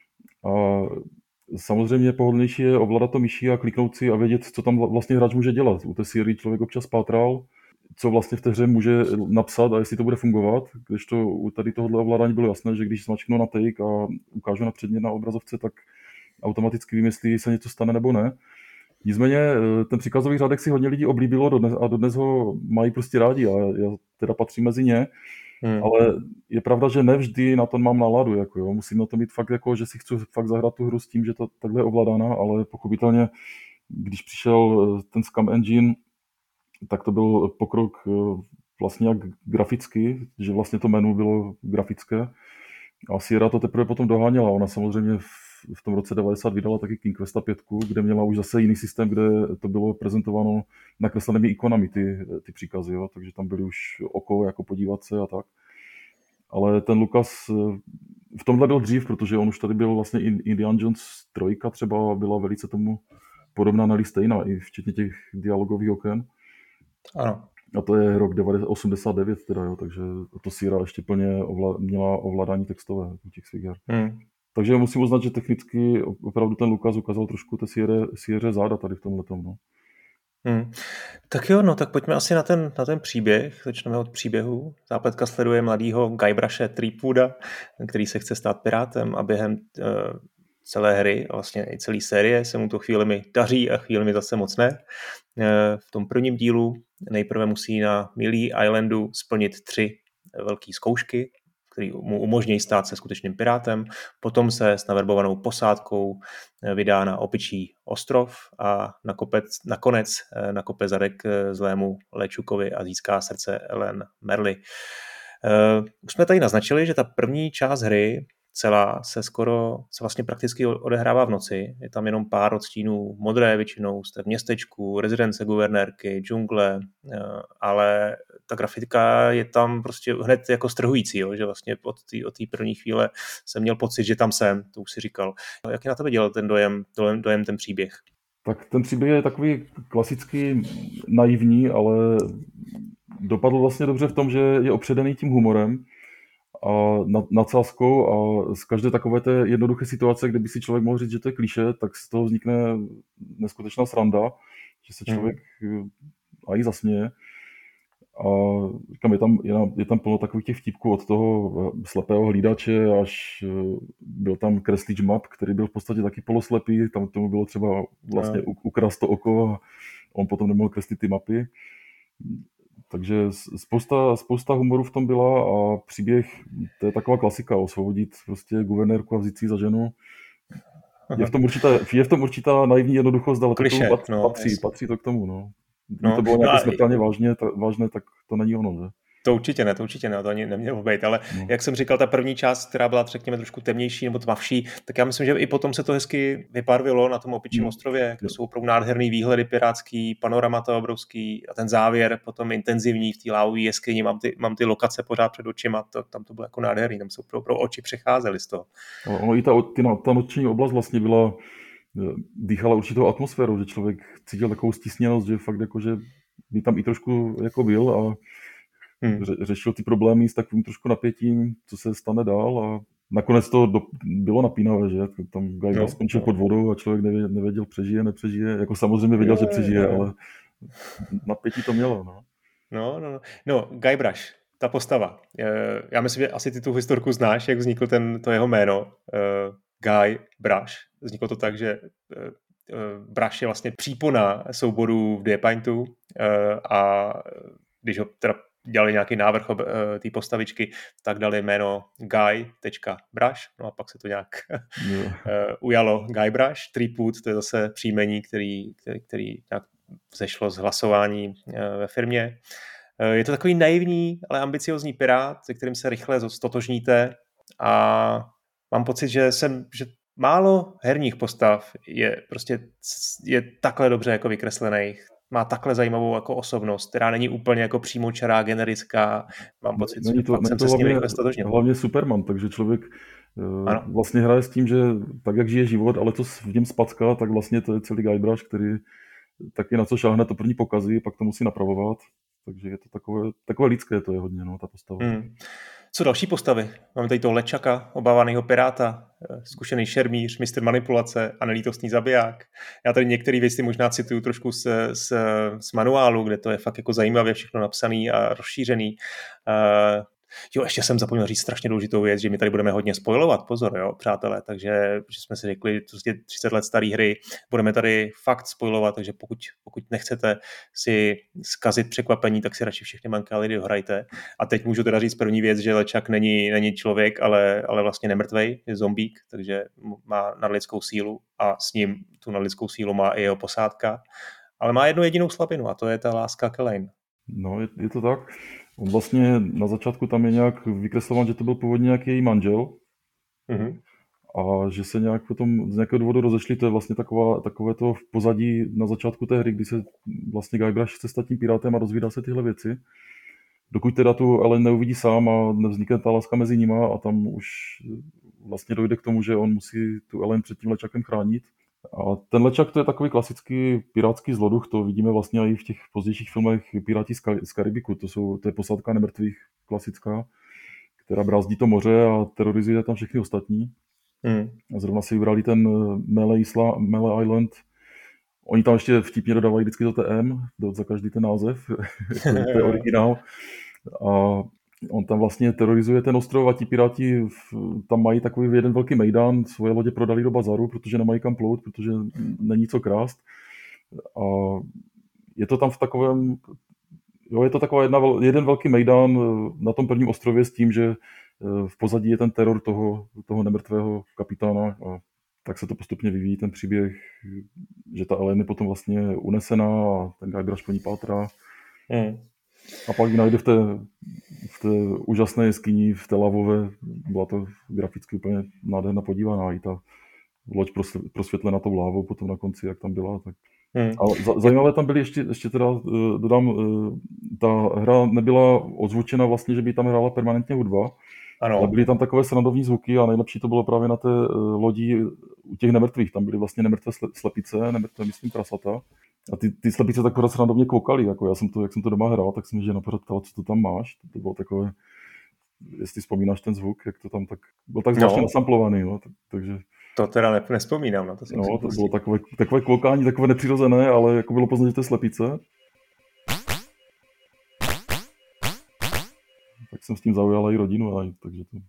A samozřejmě pohodlnější je ovládat to myší a kliknout si a vědět, co tam vlastně hráč může dělat. U té Sierry člověk občas pátral, co vlastně v té hře může napsat a jestli to bude fungovat. Když to u tady tohohle ovládání bylo jasné, že když zmačknu na take a ukážu na předmět na obrazovce, tak automaticky vím, jestli se něco stane nebo ne. Nicméně ten příkazový řádek si hodně lidí oblíbilo a dodnes ho mají prostě rádi a já teda patřím mezi ně. Ale je pravda, že nevždy na to mám náladu. Jako jo. Musím na to mít fakt, jako, že si chci fakt zahrát tu hru s tím, že to takhle je ovládána, ale pochopitelně, když přišel ten SCAM Engine, tak to byl pokrok vlastně jak graficky, že vlastně to menu bylo grafické. A Sierra to teprve potom doháněla. Ona samozřejmě v tom roce 90 vydala taky King Questa 5, kde měla už zase jiný systém, kde to bylo prezentováno nakreslenými ikonami, ty příkazy, jo? Takže tam byly už oko, jako podívat se a tak. Ale ten Lucas v tomhle byl dřív, protože on už tady byl vlastně Indiana Jones 3 třeba byla velice tomu podobná, ne stejná, i včetně těch dialogových oken. Ano. A to je rok 89 teda, jo, takže to Sierra ještě plně měla ovládání textové u těch svých her. Takže musím uznat, že technicky opravdu ten Lucas ukázal trošku té Sierře záda tady v tomhletom. No. Tak jo, no tak pojďme asi na ten příběh. Začneme od příběhu. Zápletka sleduje mladýho Guybrashe Threepwooda, který se chce stát pirátem a během celé hry a vlastně i celé série se mu to chvílemi daří a chvílemi zase moc ne. V tom prvním dílu nejprve musí na Mealy Islandu splnit 3 velké zkoušky. který mu umožní stát se skutečným pirátem. Potom se s naverbovanou posádkou vydá na Opičí ostrov a nakonec nakope zadek zlému Léčukovi a získá srdce Ellen Merly. Už jsme tady naznačili, že ta první část hry celá se vlastně prakticky odehrává v noci. Je tam jenom pár odstínů modré, většinou jste v městečku, rezidence guvernérky, džungle, ale ta grafika je tam prostě hned jako strhující, jo? Že vlastně od té první chvíle jsem měl pocit, že tam jsem, to už si říkal. Jak je na tebe dělal ten dojem ten příběh? Tak ten příběh je takový klasicky naivní, ale dopadl vlastně dobře v tom, že je opředený tím humorem a nadsázkou a z každé takové té jednoduché situace, kde by si člověk mohl říct, že to je klišé, tak z toho vznikne neskutečná sranda, že se člověk i zasměje. A říkám, je tam plno takových těch vtipků od toho slepého hlídače, až byl tam kreslič map, který byl v podstatě taky poloslepý, tam tomu bylo třeba vlastně ukrást to oko a on potom nemohl kreslit ty mapy. Takže spousta humoru v tom byla a příběh, to je taková klasika, osvobodit prostě guvernérku a vzít si za ženu. Je v tom určitá naivní jednoduchost, ale kliše, patří to k tomu. No. Kdyby to bylo nějaké smrtelně vážné, tak to není ono, že? To určitě ne, to ani nemělo být, ale jak jsem říkal, ta první část, která byla řekněme trošku temnější nebo tmavší, tak já myslím, že i potom se to hezky vybarvilo na tom Opičím ostrově, kde jsou opravdu nádherný výhledy pirátský, panoramata obrovský a ten závěr potom intenzivní v té lávové jeskyni, mám ty lokace pořád před očima, tam to bylo jako nádherný, tam se opravdu oči přecházely z toho. Ono i ta noční oblast vlastně dýchala určitou atmosférou, že člověk cítil takovou stisněnost, že fakt jako, že by tam i trošku jako byl a řešil ty problémy s takovým trošku napětím, co se stane dál a nakonec to bylo napínavé, že? Tam Guybrush skončil pod vodou a člověk nevěděl, nepřežije. Jako samozřejmě věděl, že přežije, ale napětí to mělo. No, Guybrush, ta postava. Já myslím, že asi ty tu historku znáš, jak vznikl to jeho jméno. Guybrush. Vzniklo to tak, že Brush je vlastně přípona souboru v Deerpaintu a když ho teda dělali nějaký návrh té postavičky, tak dali jméno Guy.Brush, no a pak se to nějak ujalo Guybrush. Threepwood, to je zase příjmení, který nějak vzešlo z hlasování ve firmě. Je to takový naivní, ale ambiciozní pirát, se kterým se rychle stotožníte a mám pocit, že málo herních postav je takhle dobře jako vykreslených. Má takhle zajímavou jako osobnost, která není úplně jako přímočará, generická. Mám pocit, že jsem se s ním rychle stotožnil. Hlavně Superman, takže člověk vlastně hraje s tím, že tak, jak žije život, ale to v něm spacká, tak vlastně to je celý Guybrush, který taky na co šáhne, to první pokazí, pak to musí napravovat. Takže je to takové lidské, to je hodně, ta postava. Co další postavy? Máme tady toho Lečaka, obávaného piráta, zkušený šermíř, mistr manipulace a nelítostný zabiják. Já tady některé věci možná cituju trošku z manuálu, kde to je fakt jako zajímavě všechno napsaný a rozšířený. Ještě jsem zapomněl říct strašně důležitou věc, že my tady budeme hodně spoilovat, pozor, jo, přátelé, takže jsme si řekli, prostě 30 let staré hry, budeme tady fakt spoilovat, takže pokud nechcete si zkazit překvapení, tak si radši všechny mankály dohrajte. A teď můžu teda říct první věc, že Lečak není člověk, ale vlastně nemrtvej, je zombík, takže má nadlidskou sílu a s ním tu nadlidskou sílu má i jeho posádka, ale má jednu jedinou slabinu a to je ta láska k Elaine. No, je to tak. On vlastně na začátku tam je nějak vykreslován, že to byl původně nějaký její manžel a že se nějak potom z nějakého důvodu rozešli. To je vlastně takové to v pozadí na začátku té hry, kdy se vlastně Guybrush chce stát tím pirátem a rozvídá se tyhle věci. Dokud teda tu Ellen neuvidí sám a nevznikne ta láska mezi nima a tam už vlastně dojde k tomu, že on musí tu Ellen před tím Lečakem chránit. A ten Lečak to je takový klasický pirátský zloduch, to vidíme vlastně i v těch pozdějších filmech Piráti z Karibiku, to je posádka nemrtvých klasická, která brázdí to moře a terorizuje tam všechny ostatní. A zrovna si vybrali ten Mele Island. Oni tam ještě vtipně dodávají vždycky to TM, za každý ten název, to je originál. A on tam vlastně terorizuje ten ostrov a ti piráti tam mají takový jeden velký mejdán, svoje lodě prodali do bazaru, protože nemají kam plout, protože není co krást. A je to tam v takovém, je to taková jeden velký mejdán na tom prvním ostrově s tím, že v pozadí je ten teror toho nemrtvého kapitána a tak se to postupně vyvíjí ten příběh, že ta Ellen je potom vlastně unesená a ten Guybrush po ní pátrá. A pak ji najde v té úžasné jeskyni, v té lavové, byla to graficky úplně nádherná podívaná, i ta loď prosvětlena tou lávou potom na konci, jak tam byla. Tak. A zajímavé tam byly ještě teda, dodám, ta hra nebyla ozvučena vlastně, že by tam hrála permanentně hudba, ano. Ale byly tam takové srandovní zvuky a nejlepší to bylo právě na té lodi u těch nemrtvých. Tam byly vlastně nemrtvé slepice, nemrtvé, myslím, prasata. A ty slepice tak pořád srandovně koukaly. Jako jak jsem to doma hrál, tak jsem že napořád ptal, co to tam máš. To bylo takové, jestli vzpomínáš ten zvuk, jak to tam tak, byl tak zvláštně nasamplovaný. No, takže... To teda nespomínám na to. To bylo takové koukání, takové nepřirozené, ale jako bylo poznat, že to je slepice. Tak jsem s tím zaujal i rodinu, takže to...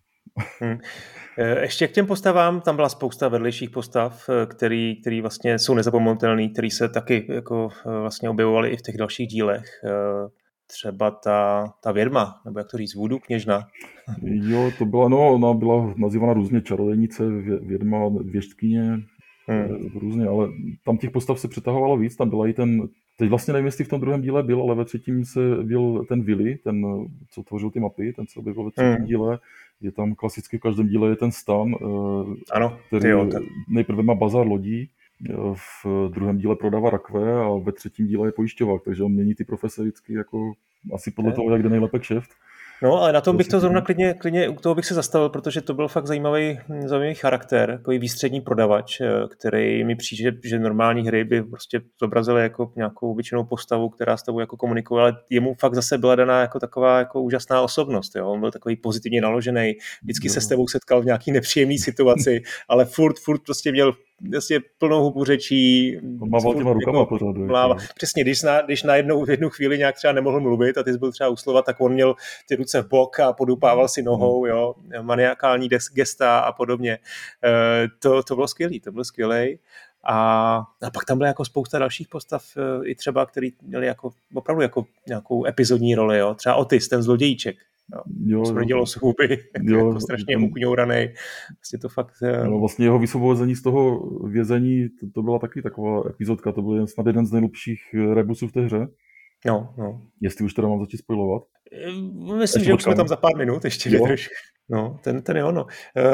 Ještě k těm postavám, tam byla spousta vedlejších postav, který vlastně jsou nezapomenutelný, který se taky jako vlastně objevovaly i v těch dalších dílech. Třeba ta vědma, nebo jak to říct, voodoo kněžna. Jo, to byla, ona byla nazývána různě čarodějnice, vědma, věštkyně, různě, ale tam těch postav se přetahovalo víc, tam byla i teď vlastně nevím, jestli v tom druhém díle byl, ale ve třetím byl ten Willy, ten, co tvořil ty mapy, ten se objevil ve třetím díle. Je tam klasicky v každém díle je ten stan, který nejprve má bazar lodí, v druhém díle prodává rakve a ve třetím díle je pojišťovák, takže on mění ty profese vždycky jako asi podle toho, jak jde nejlépe kšeft. No, ale na tom bych to zrovna klidně u toho bych se zastavil, protože to byl fakt zajímavý charakter, takový výstřední prodavač, který mi přijde, že normální hry by prostě zobrazily jako nějakou obyčejnou postavu, která s tebou jako komunikuje, ale jemu fakt zase byla daná jako taková jako úžasná osobnost. Jo? On byl takový pozitivně naložený, vždycky se s tebou setkal v nějaký nepříjemný situaci, ale furt prostě měl vlastně plnou hubu řečí. On mával těma rukama pořád. Přesně, když na jednu chvíli nějak třeba nemohl mluvit a ty jsi byl třeba u slova, tak on měl ty ruce v bok a podupával si nohou, jo, maniakální gesta a podobně. To bylo skvělý. A pak tam byla jako spousta dalších postav, i třeba, který měli jako opravdu jako nějakou epizodní roli, jo. Třeba Otis, ten zlodějíček. Smrdělo z huby, jako strašně ukňouranej. Vlastně to fakt... vlastně jeho vysvobození z toho vězení, to byla taky taková epizodka, to byl snad jeden z nejlepších rebusů v té hře. No. Jestli už teda mám začít spoilovat. Myslím, že už jsme tam za pár minut, ještě vydrž. No, ten je ono.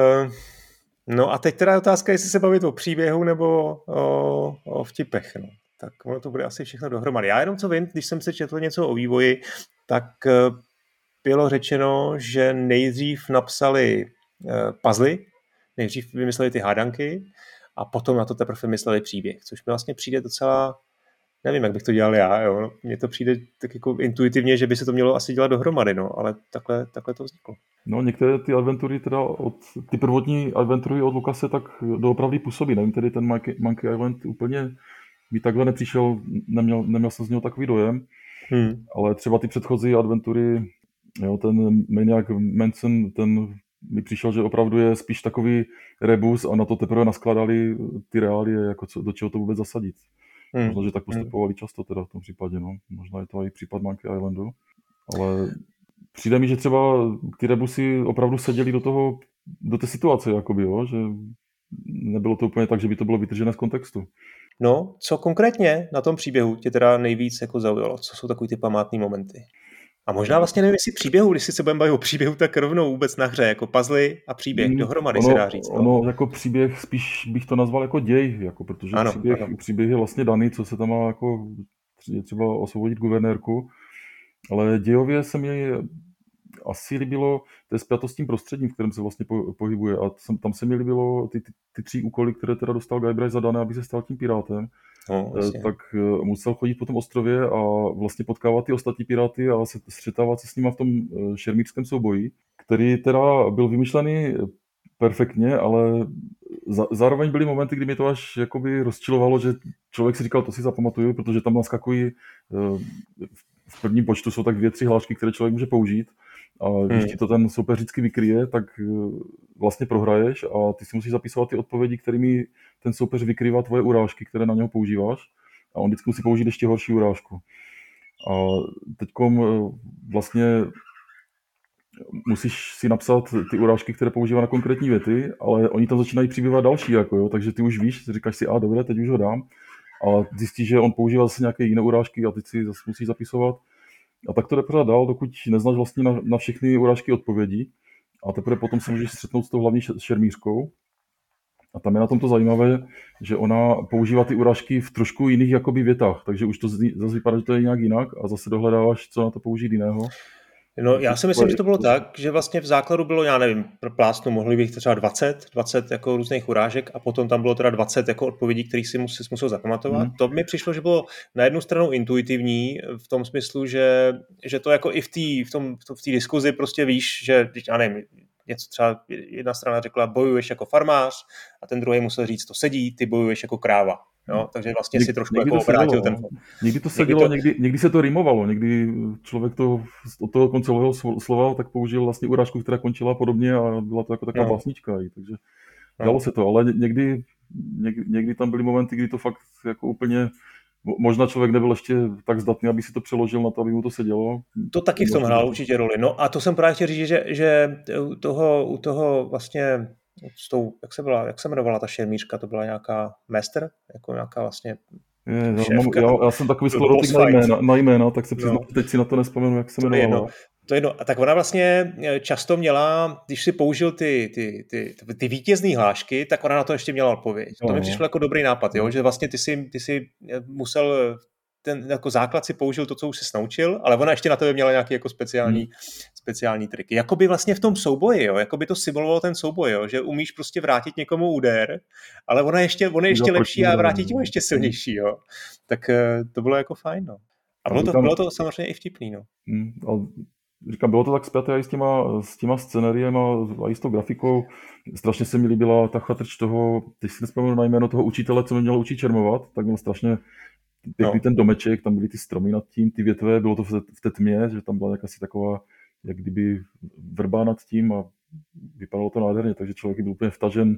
No a teď teda otázka, jestli se bavit o příběhu nebo o vtipech. No. Tak ono to bude asi všechno dohromady. Já jenom co vím, když jsem se četl něco o vývoji, tak bylo řečeno, že nejdřív napsali puzzle, nejdřív vymysleli ty hádanky a potom na to teprve vymysleli příběh, což mi vlastně přijde docela, nevím, jak bych to dělal já, jo. Mně to přijde tak jako intuitivně, že by se to mělo asi dělat dohromady, no, ale takhle to vzniklo. No, některé ty adventury, ty prvotní adventury od Lucase tak doopravdy působí, nevím, tedy ten Monkey Island úplně mi takhle nepřišel, neměl jsem z něho takový dojem, ale třeba ty předchozí adventury, jo, ten Maniac Mansion, ten mi přišel, že opravdu je spíš takový rebus a na to teprve naskladali ty reálie, jako do čeho to vůbec zasadit. Možná, že tak postupovali často teda v tom případě, no. Možná je to i případ Monkey Islandu, ale přijde mi, že třeba ty rebusy opravdu seděli do té situace, jakoby, jo, že nebylo to úplně tak, že by to bylo vytržené z kontextu. No, co konkrétně na tom příběhu tě teda nejvíc jako zaujalo? Co jsou takový ty památné momenty? A možná vlastně nevím, jestli příběhu, když si se budeme bavit o příběhu, tak rovnou vůbec na hře, jako puzzle a příběh dohromady se dá říct. No? Ono jako příběh, spíš bych to nazval jako děj, jako, protože příběh je vlastně daný, co se tam má jako, je třeba osvobodit guvernérku, ale dějově se mi asi líbilo té spjatost s tím prostředím, v kterém se vlastně pohybuje a tam se mi líbilo ty 3 úkoly, které teda dostal Guybrush zadané, aby se stal tím pirátem. Tak musel chodit po tom ostrově a vlastně potkávat ty ostatní piráty a střetávat se s nimi v tom šermířském souboji, který teda byl vymyšlený perfektně, ale zároveň byly momenty, kdy mě to až jakoby rozčilovalo, že člověk si říkal, to si zapamatuju, protože tam naskakují v prvním počtu jsou tak 2-3 hlášky, které člověk může použít. A když ti to ten soupeř vždycky vykryje, tak vlastně prohraješ a ty si musíš zapisovat ty odpovědi, kterými ten soupeř vykrývá tvoje urážky, které na něho používáš. A on vždycky musí použít ještě horší urážku. A teďkom vlastně musíš si napsat ty urážky, které používá na konkrétní věty, ale oni tam začínají přibývat další, jako jo, takže ty už víš, říkáš si, dobré, teď už ho dám, ale zjistíš, že on používá zase nějaké jiné urážky a teď si zase musíš zapisovat. A tak to jde pořád dál, dokud neznáš vlastně na všechny urážky odpovědi. A teprve potom se můžeš střetnout s tou hlavní šermířkou. A tam je na tom to zajímavé, že ona používá ty urážky v trošku jiných jakoby větách, takže už to zase vypadá, že to je nějak jinak a zase dohledáváš, co na to použít jiného. No, já si myslím, že to bylo tak, že vlastně v základu bylo, já nevím, pro plásnu mohli bych třeba 20 jako různých urážek a potom tam bylo teda 20 jako odpovědí, které si musel zapamatovat. To mi přišlo, že bylo na jednu stranu intuitivní v tom smyslu, že to jako i v té diskuzi prostě víš, že, já nevím, něco třeba jedna strana řekla, bojuješ jako farmář a ten druhý musel říct, to sedí, ty bojuješ jako kráva. Jo, takže vlastně si trošku jako obrátil ten fond. Někdy to sedělo, někdy se to rimovalo, někdy člověk to od toho koncového slova tak použil vlastně urážku, která končila podobně a byla to jako taková básnička. Takže dalo se to, ale někdy tam byly momenty, kdy to fakt jako úplně, možná člověk nebyl ještě tak zdatný, aby si to přeložil na to, aby mu to sedělo. To taky v tom hrál určitě roli. No a to jsem právě chtěl říct, že u toho vlastně s tou, jak se jmenovala ta šermířka, to byla nějaká master, jako nějaká vlastně já jsem takový sklerotik na jména, tak se přiznám, teď si na to nespomenu, jak se jmenovala. To je jedno. A tak ona vlastně často měla, když si použil ty vítězný hlášky, tak ona na to ještě měla odpověď. To mi přišlo jako dobrý nápad, jo? Že vlastně ty si musel ten jako základ si použil to, co už se naučil, ale ona ještě na tebe měla nějaký jako speciální triky. Jakoby vlastně v tom souboji, jo? Jakoby to simulovalo ten souboj, jo? Že umíš prostě vrátit někomu úder, ale ona je ještě lepší a vrátit ho ještě silnější, jo? Tak to bylo jako fajn, no. A bylo to samozřejmě i vtipný, no. Říkám, bylo to tak spjaté i s těma scenériema a i s tou grafikou. Strašně se mi líbila ta chatrč toho, teď si nespomenu na jméno toho učitele, co mě měl učit čermovat, tak byl strašně pěkný ten domeček, tam byly ty stromy nad tím, ty větve, bylo to v té tmě, že tam byla asi taková, jak kdyby vrba nad tím a vypadalo to nádherně, takže člověk byl úplně vtažen,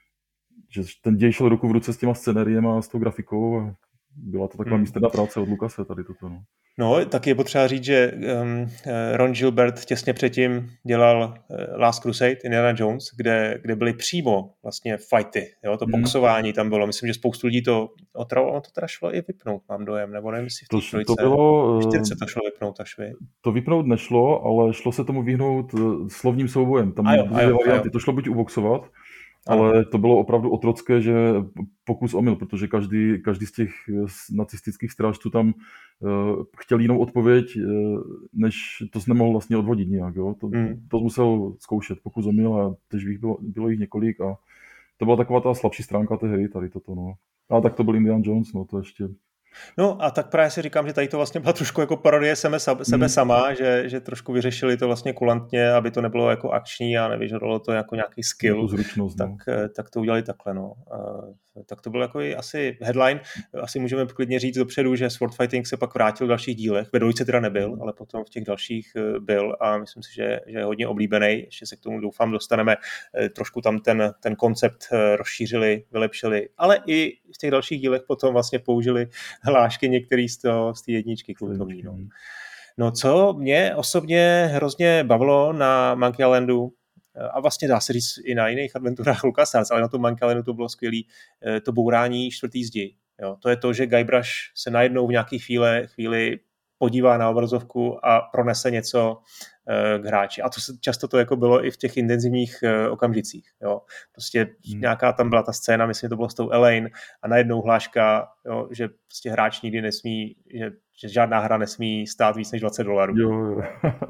že ten děj šel ruku v ruce s těma scenériema a s tou grafikou a byla to taková mistrná práce od Lucase tady toto, no. No, taky je potřeba říct, že Ron Gilbert těsně předtím dělal Last Crusade, Indiana Jones, kde byly přímo vlastně fighty, jo, to boxování tam bylo. Myslím, že spoustu lidí to otravilo, ono to teda šlo i vypnout, mám dojem, nebo nevím, jestli v té trojce. To šlo vypnout až vy. To vypnout nešlo, ale šlo se tomu vyhnout slovním soubojem. Tam byly varianty, to šlo buď uboxovat, ale to bylo opravdu otrocké, že pokus omyl, protože každý z těch nacistických strážců tam chtěl jinou odpověď, než to se nemohl vlastně odvodit nějak. Jo? To musel zkoušet, pokus omyl a tež bylo jich několik a to byla taková ta slabší stránka té hry, tady toto. No. A tak to byl Indiana Jones, no to ještě... No a tak právě si říkám, že tady to vlastně byla trošku jako parodie sebe sama, že trošku vyřešili to vlastně kulantně, aby to nebylo jako akční a nevyžadovalo to jako nějaký skill, tak to udělali takhle. No. Tak to byl jako asi headline. Asi můžeme klidně říct dopředu, že Sword Fighting se pak vrátil v dalších dílech. Ve dvojce teda nebyl, ale potom v těch dalších byl a myslím si, že je hodně oblíbený. Ještě se k tomu doufám dostaneme. Trošku tam ten koncept rozšířili, vylepšili, ale i v těch dalších dílech potom vlastně použili hlášky některý z té jedničky kultovní. No co mě osobně hrozně bavilo na Monkey Islandu, a vlastně dá se říct i na jiných adventurách LucasArts, ale na tom Monkey Islandu to bylo skvělý, to bourání čtvrtý zdi. Jo, to je to, že Guybrush se najednou v nějaké chvíli podívá na obrazovku a pronese něco k hráči. A často to jako bylo i v těch intenzivních okamžicích. Jo. Prostě nějaká tam byla ta scéna, myslím, že to bylo s tou Elaine a najednou hláška, jo, že prostě hráč nikdy nesmí, že žádná hra nesmí stát víc než $20. Jo.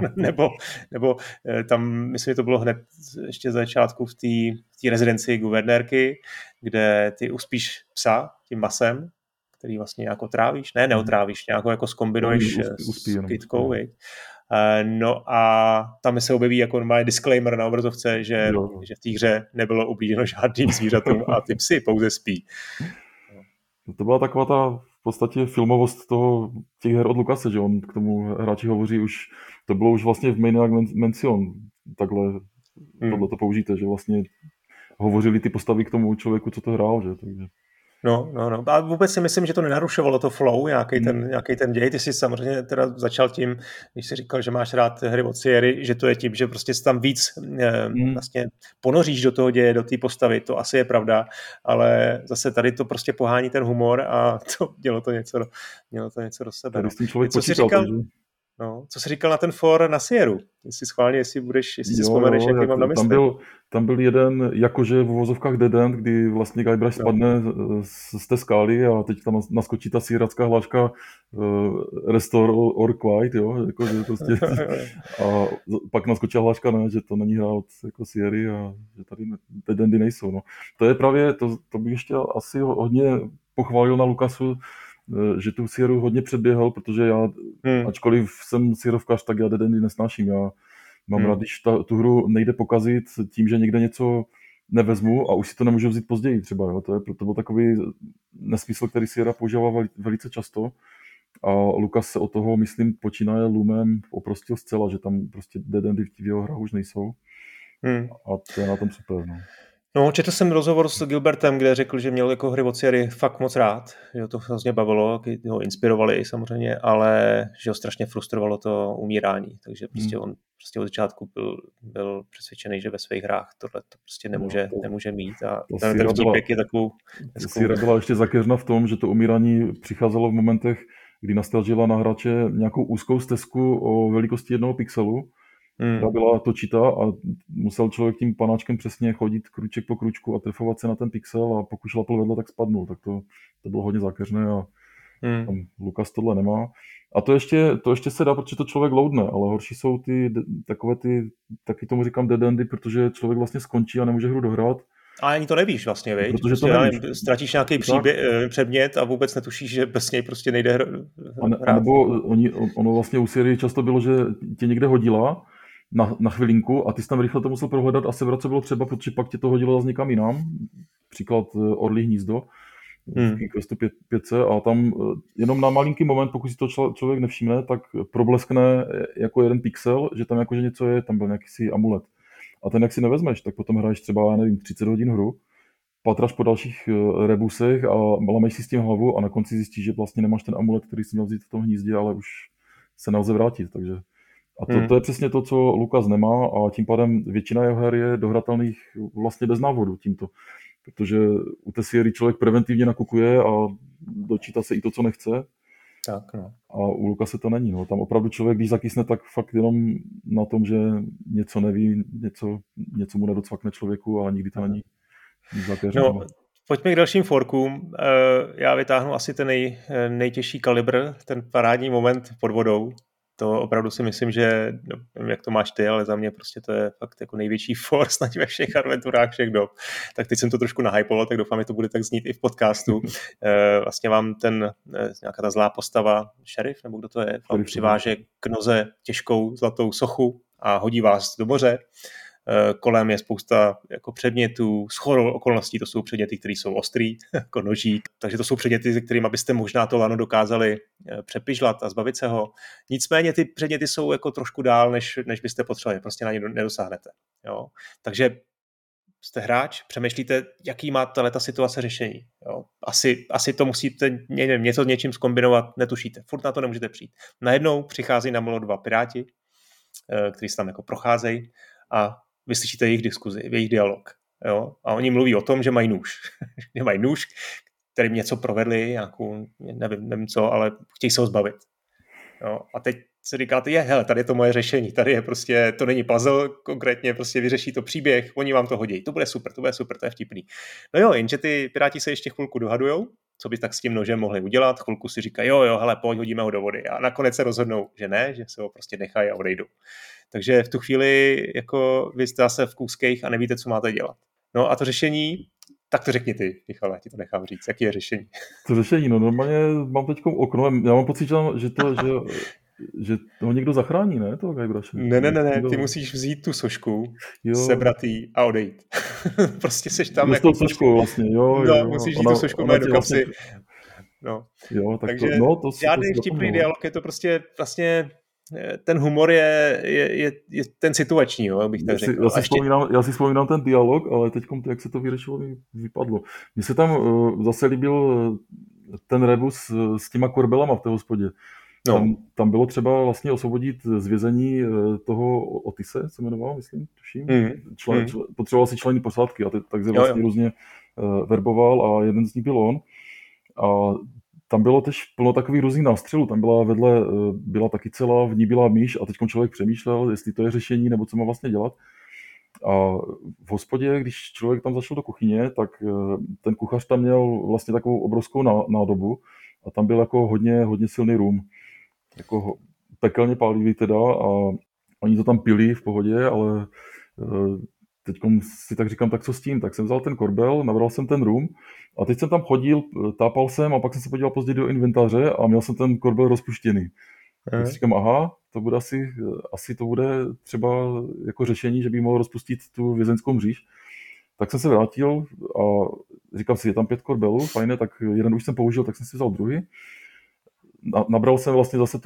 nebo tam, myslím, že to bylo hned ještě za začátku v té rezidenci guvernérky, kde ty uspíš psa tím masem, který vlastně jako trávíš, neotrávíš, nějakou jako zkombinuješ s kytkou, no a tam se objeví jako normální disclaimer na obrazovce, že v té hře nebylo ublíženo žádným zvířatům a ty psi pouze spí. To byla taková ta v podstatě filmovost těch her od Lucase, že on k tomu hráči hovoří už, to bylo už vlastně v Maniac Mansion, takhle tohle to použijte, že vlastně hovořili ty postavy k tomu člověku, co to hrál, že takže... No. A vůbec si myslím, že to nenarušovalo to flow, nějaký ten děj. Ty jsi samozřejmě teda začal tím, když jsi říkal, že máš rád hry od Sierry, že to je tím, že prostě tam víc vlastně ponoříš do toho děje, do té postavy, to asi je pravda, ale zase tady to prostě pohání ten humor a to mělo to něco do sebe. Co jsi říkal na ten for na Sierru? Jestli schválně, jestli si vzpomeneš, jaký mám na mysli. Tam byl jeden, jakože v uvozovkách dead end, kdy vlastně Guybrush spadne z té skály a teď tam naskočí ta sierracká hláška Restore or Quiet, jo, jakože prostě a pak naskočí hláška, ne, že to není hra od jako Sierry a že tady dead endy nejsou, no. To je právě, to bych ještě asi hodně pochválil na Lucasu, že tu Sierru hodně předběhal, protože já, ačkoliv jsem sierovkař, tak já dead endy nesnáším. Já mám rád, když tu hru nejde pokazit tím, že někde něco nevezmu a už si to nemůžu vzít později třeba. Jo. To byl takový nesmysl, který Sierra používala velice často a Lucas se od toho, myslím, počínaje Lumem oprostil zcela, že tam prostě dead endy v jeho hrách už nejsou. A to je na tom super. No. No, četl jsem rozhovor s Gilbertem, kde řekl, že měl jako hry od Sierry fakt moc rád, že ho to hrozně bavilo, ho inspirovali samozřejmě, ale že ho strašně frustrovalo to umírání, takže prostě on prostě od začátku byl přesvědčený, že ve svých hrách tohle to prostě nemůže mít a ten vtípek je takovou... Sierra byla ještě zakeřna v tom, že to umírání přicházelo v momentech, kdy nastavila na hráče nějakou úzkou stezku o velikosti 1 pixelu, která byla točitá a musel člověk tím panáčkem přesně chodit kruček po kručku a trefovat se na ten pixel a pokud šlapl vedle, tak spadnul. Tak to bylo hodně zákeřné a tam Lucas tohle nemá. A to ještě se dá, protože to člověk loadne, ale horší jsou taky tomu říkám dead endy, protože člověk vlastně skončí a nemůže hru dohrát. A ani to nevíš vlastně, viď? Protože to nevíš. Ztratíš nějaký předmět a vůbec netušíš, že bez něj prostě nejde hrát. A nebo ono vlastně u Sierry často bylo, že tě někde hodila na chvilinku a ty jsi tam rychle to musel prohledat a sebrat, co bylo třeba, protože pak tě to hodilo zase někam jinam. Příklad Orlí hnízdo v Questu 5 a tam jenom na malinký moment, pokud si to člověk nevšimne, tak probleskne jako jeden pixel, že tam jakože něco je, tam byl nějaký amulet. A ten jak si nevezmeš, tak potom hraješ třeba, já nevím, 30 hodin hru, patraš po dalších rebusech a lameš si s tím hlavu a na konci zjistíš, že vlastně nemáš ten amulet, který jsi měl vzít v tom hnízdě, ale už se nelze vrátit, takže... A to je přesně to, co Lucas nemá a tím pádem většina jeho her je dohratelných vlastně bez návodu tímto. Protože u té Sierry člověk preventivně nakukuje a dočítá se i to, co nechce. Tak, no. A u Lucase to není. No. Tam opravdu člověk, když zakysne, tak fakt jenom na tom, že něco neví, něco mu nedocvakne člověku, ale nikdy to není zakeřené. No, pojďme k dalším forkům. Já vytáhnu asi ten nejtěžší kalibr, ten parádní moment pod vodou. To opravdu si myslím, že, nevím, jak to máš ty, ale za mě prostě to je fakt jako největší for snad ve všech adventurách všech dob. Tak teď jsem to trošku nahypoval, tak doufám, že to bude tak znít i v podcastu. Vlastně vám nějaká ta zlá postava, šerif, nebo kdo to je, vám přiváže k noze těžkou zlatou sochu a hodí vás do moře. Kolem je spousta jako předmětů, shodou okolností, to jsou předměty, které jsou ostrý, jako nožík, takže to jsou předměty, se kterými byste možná to lano dokázali přepižlat a zbavit se ho. Nicméně ty předměty jsou jako trošku dál, než byste potřebovali, prostě na ně nedosáhnete. Jo? Takže jste hráč, přemýšlíte, jaký má ta situace řešení. Jo? Asi to musíte něco něčím zkombinovat, netušíte, furt na to nemůžete přijít. Najednou přichází na molo 2 piráti, kteří se tam jako procházejí a vy slyšíte jejich diskuzi, jejich dialog. Jo? A oni mluví o tom, že mají nůž. Že mají nůž, kterým něco provedli, nějakou, nevím co, ale chtějí se ho zbavit. Jo? A teď se říkáte, hele, tady je to moje řešení, tady je prostě, to není puzzle, konkrétně prostě vyřeší to příběh, oni vám to hodí, to bude super, to je vtipný. No jo, jenže ty piráti se ještě chvilku dohadujou, co by tak s tím nožem mohli udělat, chvilku si říkají, jo, hele, pojď, hodíme ho do vody. A nakonec se rozhodnou, že ne, že se ho prostě nechají a odejdou. Takže v tu chvíli jako vy jste zase v kůzkejch a nevíte, co máte dělat. No a to řešení, tak to řekni ty, Michale, já ti to nechám říct. Jaký je řešení? To řešení, no normálně mám teď okno, já mám pocit, že ho někdo zachrání, ne? Toho Guybruše. Ne, ty musíš vzít tu sošku, sebrat jí a odejít. Prostě seš tam jako... S tou soškou vlastně, jo. Musíš jít tu sošku mít do kapsy. Vlastně... No. Jo, tak takže to žádný vtipný dialog, je to prostě vlastně ten humor je ten situační, jo, bych tak řekl. Já si vzpomínám ten dialog, ale teď, jak se to vyřešilo, mi vypadlo. Mně se tam zase líbil ten rebus s těma korbelama v té hospodě. No. Tam bylo třeba vlastně osvobodit z vězení toho Otise, se jmenoval, myslím, tuším. Potřeboval si členy posádky a tak se vlastně různě verboval a jeden z nich byl on. A tam bylo tež plno takových různých nástřelů. Tam byla vedle, byla taky celá, v ní byla myš a teď člověk přemýšlel, jestli to je řešení, nebo co má vlastně dělat. A v hospodě, když člověk tam zašel do kuchyně, tak ten kuchař tam měl vlastně takovou obrovskou nádobu a tam byl jako hodně silný rum. Jako pekelně pálivý teda a oni to tam pili v pohodě, ale teď si tak říkám, tak co s tím? Tak jsem vzal ten korbel, nabral jsem ten rum a teď jsem tam chodil, tápal jsem a pak jsem se podíval později do inventáře a měl jsem ten korbel rozpuštěný. Tak si říkám, aha, to bude asi to bude třeba jako řešení, že by mohl rozpustit tu vězeňskou mříž. Tak jsem se vrátil a říkám si, je tam 5 korbelů, fajné, tak jeden už jsem použil, tak jsem si vzal druhý. Nabral jsem vlastně zase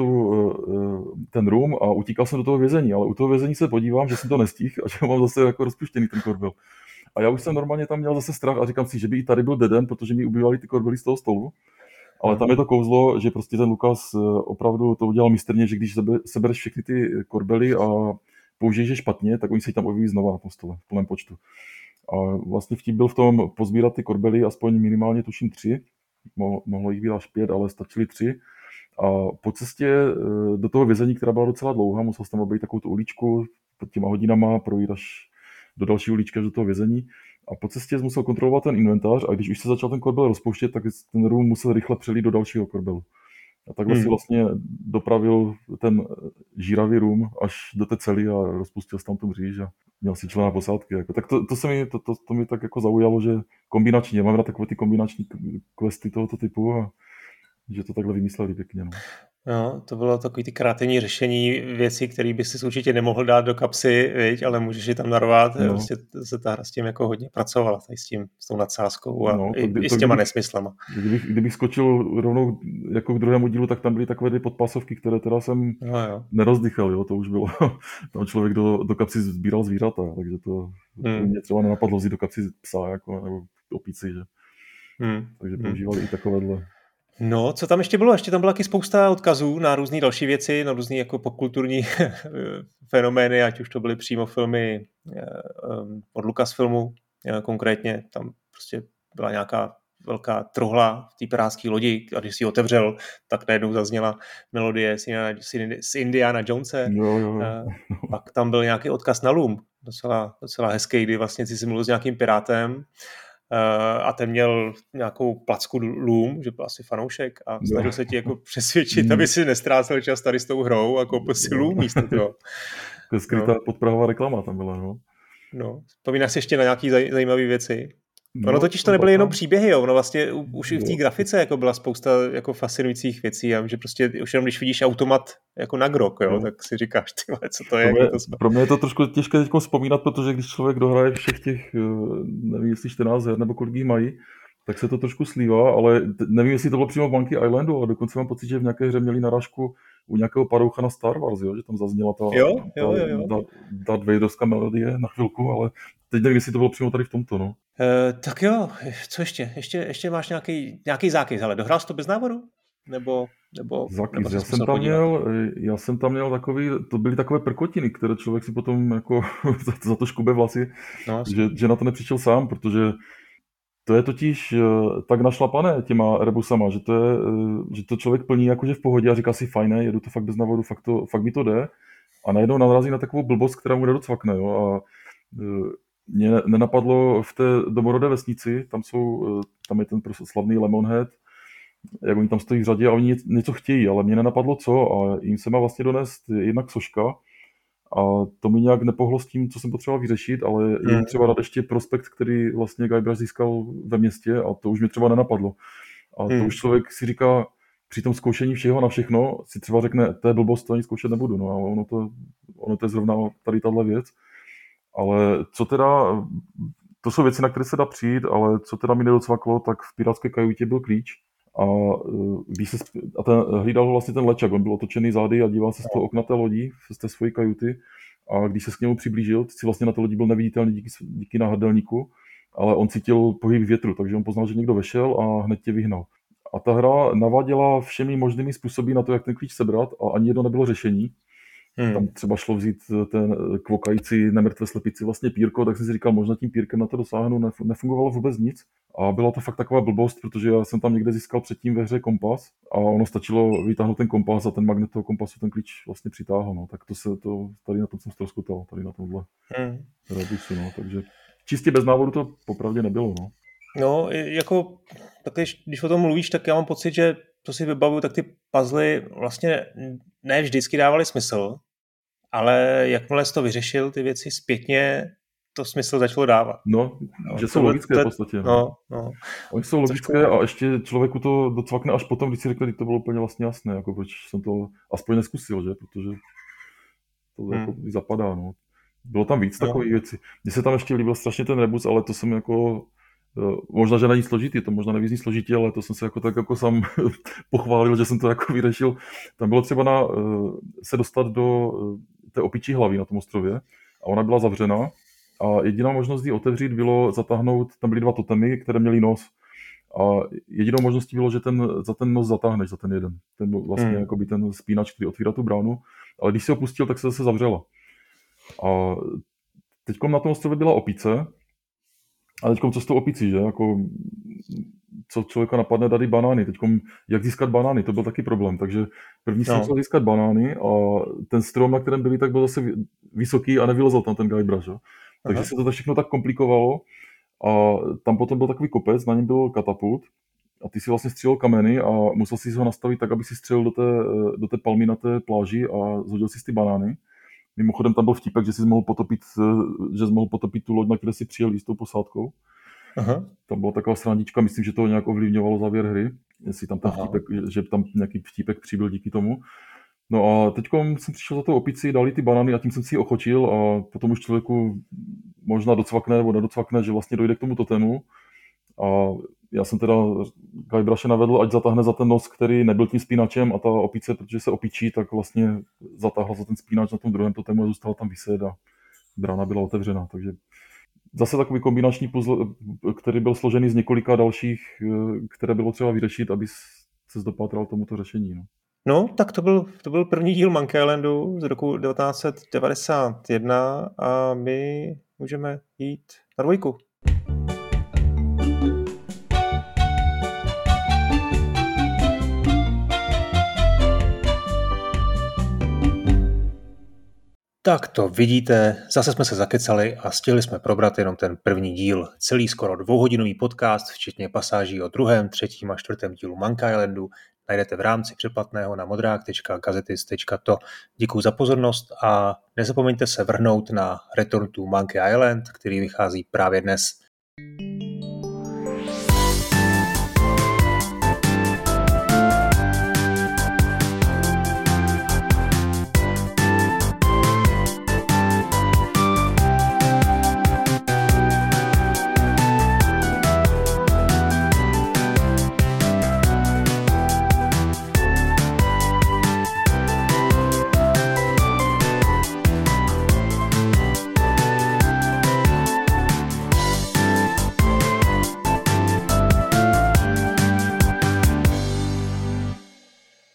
ten rum a utíkal jsem do toho vězení, ale u toho vězení se podívám, že jsem to nestihl a že mám zase jako rozpuštěný ten korbel. A já už jsem normálně tam měl zase strach a říkám si, že by i tady byl deden, protože mi ubývaly ty korbely z toho stolu. Ale tam je to kouzlo, že prostě ten Lukas opravdu to udělal mistrně, že když sebereš všechny ty korbely a použiješ je špatně, tak oni se tam objeví znova na tom stole v plném počtu. A vlastně vtip byl v tom pozbírat ty korbely, aspoň minimálně tuším 3. Mohlo jich být až 5, ale stačily 3. A po cestě do toho vězení, která byla docela dlouhá, musel jsem tam obejít takovou tu uličku pod těma hodinama, projít až do další uličky až do toho vězení. A po cestě jsem musel kontrolovat ten inventář a když už se začal ten korbel rozpouštět, tak ten rum musel rychle přelít do dalšího korbelu. A takhle si vlastně dopravil ten žíravý rum až do té cely a rozpustil si tam tu mříž a měl si člena posádky. Jako. Tak to mi tak jako zaujalo, že kombinačně, mám rád takové ty kombinační questy tohoto typu a že to takhle vymysleli pěkně. No. No, to bylo takový ty kreativní řešení věcí, které by si určitě nemohl dát do kapsy, viď, ale můžeš je tam narvat. No. Prostě se ta hra s tím jako hodně pracovala, s tou nadsázkou a i s těma nesmyslama. Kdybych skočil rovnou jako k druhému dílu, tak tam byly takové ty podpásovky, které teda jsem nerozdychal, jo, to už bylo. Tam člověk do kapsy sbíral zvířata, takže to mě třeba nenapadlo vzít do kapsy psa, jako, nebo opici, že. Takže používali i takovéhle. No, co tam ještě bylo? Ještě tam byla taky spousta odkazů na různé další věci, na různé jako popkulturní fenomény, ať už to byly přímo filmy od Lucasfilmu konkrétně. Tam prostě byla nějaká velká truhla v té pirátské lodi a když si ji otevřel, tak najednou zazněla melodie z Indiana Jonese. Pak tam byl nějaký odkaz na Loom, docela hezký, kdy vlastně si mluvil s nějakým pirátem a ten měl nějakou placku Loom, že byl asi fanoušek a snažil se ti jako přesvědčit, aby si nestrácel čas tady s tou hrou a koupil si Loom místo toho. To je skrytá podprahová reklama tam byla, no. No, vzpomínáš si ještě na nějaký zajímavé věci? Ono totiž to nebyly jenom příběhy, jo. Ono vlastně už i v té grafice jako byla spousta jako fascinujících věcí. Já vím, že prostě už jenom když vidíš automat jako na grok, jo, tak si říkáš, ty vole, co to je. Pro mě je to trošku těžké teď vzpomínat, protože když člověk dohraje všech těch, nevím, jestli 14 her nebo kolik jí mají, tak se to trošku slívá, ale nevím, jestli to bylo přímo v Monkey Islandu, ale dokonce mám pocit, že v nějaké hře měli narážku u nějakého padoucha na Star Wars, jo? Že tam zazněla ta Darth Vaderská melodie na chvilku, ale teď nevím, jestli to bylo přímo tady v tomto, no. Tak jo, co ještě? Ještě máš nějaký zákys, ale dohrál jsi to bez návodu? Nebo zákys, já jsem tam měl takový, to byly takové prkotiny, které člověk si potom jako za to škube vlasy, že na to nepřišel sám, protože to je totiž tak našlapané těma rebusama, že to člověk plní jakože v pohodě a říká si fajné, jedu to fakt bez návodu, fakt mi to jde a najednou narazí na takovou blbost, která mu nedocvakne, jo, a mě nenapadlo v té domorodé vesnici, tam je ten prostě slavný Lemonhead, jak oni tam stojí v řadě a oni něco chtějí, ale mě nenapadlo co a jim se má vlastně donést jednak soška a to mi nějak nepohlo s tím, co jsem potřeboval vyřešit, ale je třeba dát ještě prospekt, který vlastně Guybrush získal ve městě a to už mě třeba nenapadlo. A to už člověk si říká, při tom zkoušení všeho na všechno si třeba řekne, to je blbost, to ani zkoušet nebudu, no a ono to je zrovna tady tahle věc. Ale co teda, to jsou věci, na které se dá přijít, ale co teda mi nedocvaklo, tak v pirátské kajutě byl klíč a ten hlídal ho vlastně ten lečak, on byl otočený zády a díval se z toho okna té lodi, z té svojí kajuty, a když se k němu přiblížil, si vlastně na té lodi byl neviditelný díky náhrdelníku, ale on cítil pohyb větru, takže on poznal, že někdo vešel a hned tě vyhnal. A ta hra naváděla všemi možnými způsoby na to, jak ten klíč sebrat, a ani jedno nebylo řešení. Tam třeba šlo vzít ten kvokající nemrtvé slepici vlastně pírko, tak jsem si říkal, možná tím pírkem na to dosáhnu, nefungovalo vůbec nic. A byla to fakt taková blbost, protože já jsem tam někde získal předtím ve hře kompas a ono stačilo vytáhnout ten kompas a ten magnet toho kompasu ten klíč vlastně přitáhl. No. Tak tady na tom jsem ztroskotal, tady na tomhle rebusu, no. Takže čistě bez návodu to popravdě nebylo. No, no jako, tak když o tom mluvíš, tak já mám pocit, že to si vybavuju, tak ty puzzle vlastně ne vždycky dávaly smysl, ale jakmile jsi to vyřešil, ty věci zpětně, to smysl začalo dávat. No, že jsou logické v podstatě. No. Oni jsou logické a ještě člověku to docvakne až potom, když si řekl, že to bylo úplně vlastně jasné, jako proč jsem to aspoň neskusil, že? Protože to jako zapadá, no. Bylo tam víc takových věcí. Mně se tam ještě líbil strašně ten rebus, ale to jsem jako, možná, že není složitý, to možná nevíc složitě, ale to jsem se jako tak jako sám pochválil, že jsem to jako vyřešil. Tam bylo třeba se dostat do té opičí hlavy na tom ostrově a ona byla zavřená. A jediná možnost ji otevřít bylo zatáhnout, tam byly 2 totemy, které měly nos. A jedinou možností bylo, že za ten nos zatáhneš, za ten jeden. Ten byl vlastně jakoby ten spínač, který otvírá tu bránu. Ale když si ho pustil, tak se zase zavřela. A teďkom na tom ostrově byla opice. A teďkom co s tou opicí, že? Jako, co člověka napadne, dát banány. Teďkom jak získat banány, to byl taky problém. Takže první jsem musel získat banány a ten strom, na kterém byli, tak byl zase vysoký a nevylezl tam ten Guybrush, že? Takže se to všechno tak komplikovalo a tam potom byl takový kopec, na něm byl katapult a ty si vlastně střílel kameny a musel si ho nastavit tak, aby si střelil do té palmy na té pláži a zhodil si ty banány. Mimochodem tam byl vtipek, že jsi mohl potopit tu loď, na které si přijel s tou posádkou. Aha. Tam byla taková srandička, myslím, že to nějak ovlivňovalo závěr hry, jestli tam ten vtipek, že tam nějaký vtipek přibyl díky tomu. No a teď jsem přišel za tou opici, dali ty banány a tím jsem si ji ochočil a potom už člověku možná docvakne nebo nedocvakne, že vlastně dojde k tomu totemu. A já jsem teda Guybruše navedl, ať zatáhne za ten nos, který nebyl tím spínačem a ta opice, protože se opičí, tak vlastně zatáhla za ten spínač na tom druhém totemu a zůstala tam viset a brána byla otevřena. Takže zase takový kombinační puzzle, který byl složený z několika dalších, které bylo třeba vyřešit, aby se dopátral tomuto řešení. No, tak to byl první díl Monkey Islandu z roku 1991 a my můžeme jít na 2. Tak to vidíte, zase jsme se zakecali a stihli jsme probrat jenom ten první díl. Celý skoro 2hodinový podcast, včetně pasáží o 2., 3. a 4. dílu Monkey Islandu, najdete v rámci předplatného na modrák.gazetis.to. Děkuji za pozornost a nezapomeňte se vrhnout na Return to Monkey Island, který vychází právě dnes.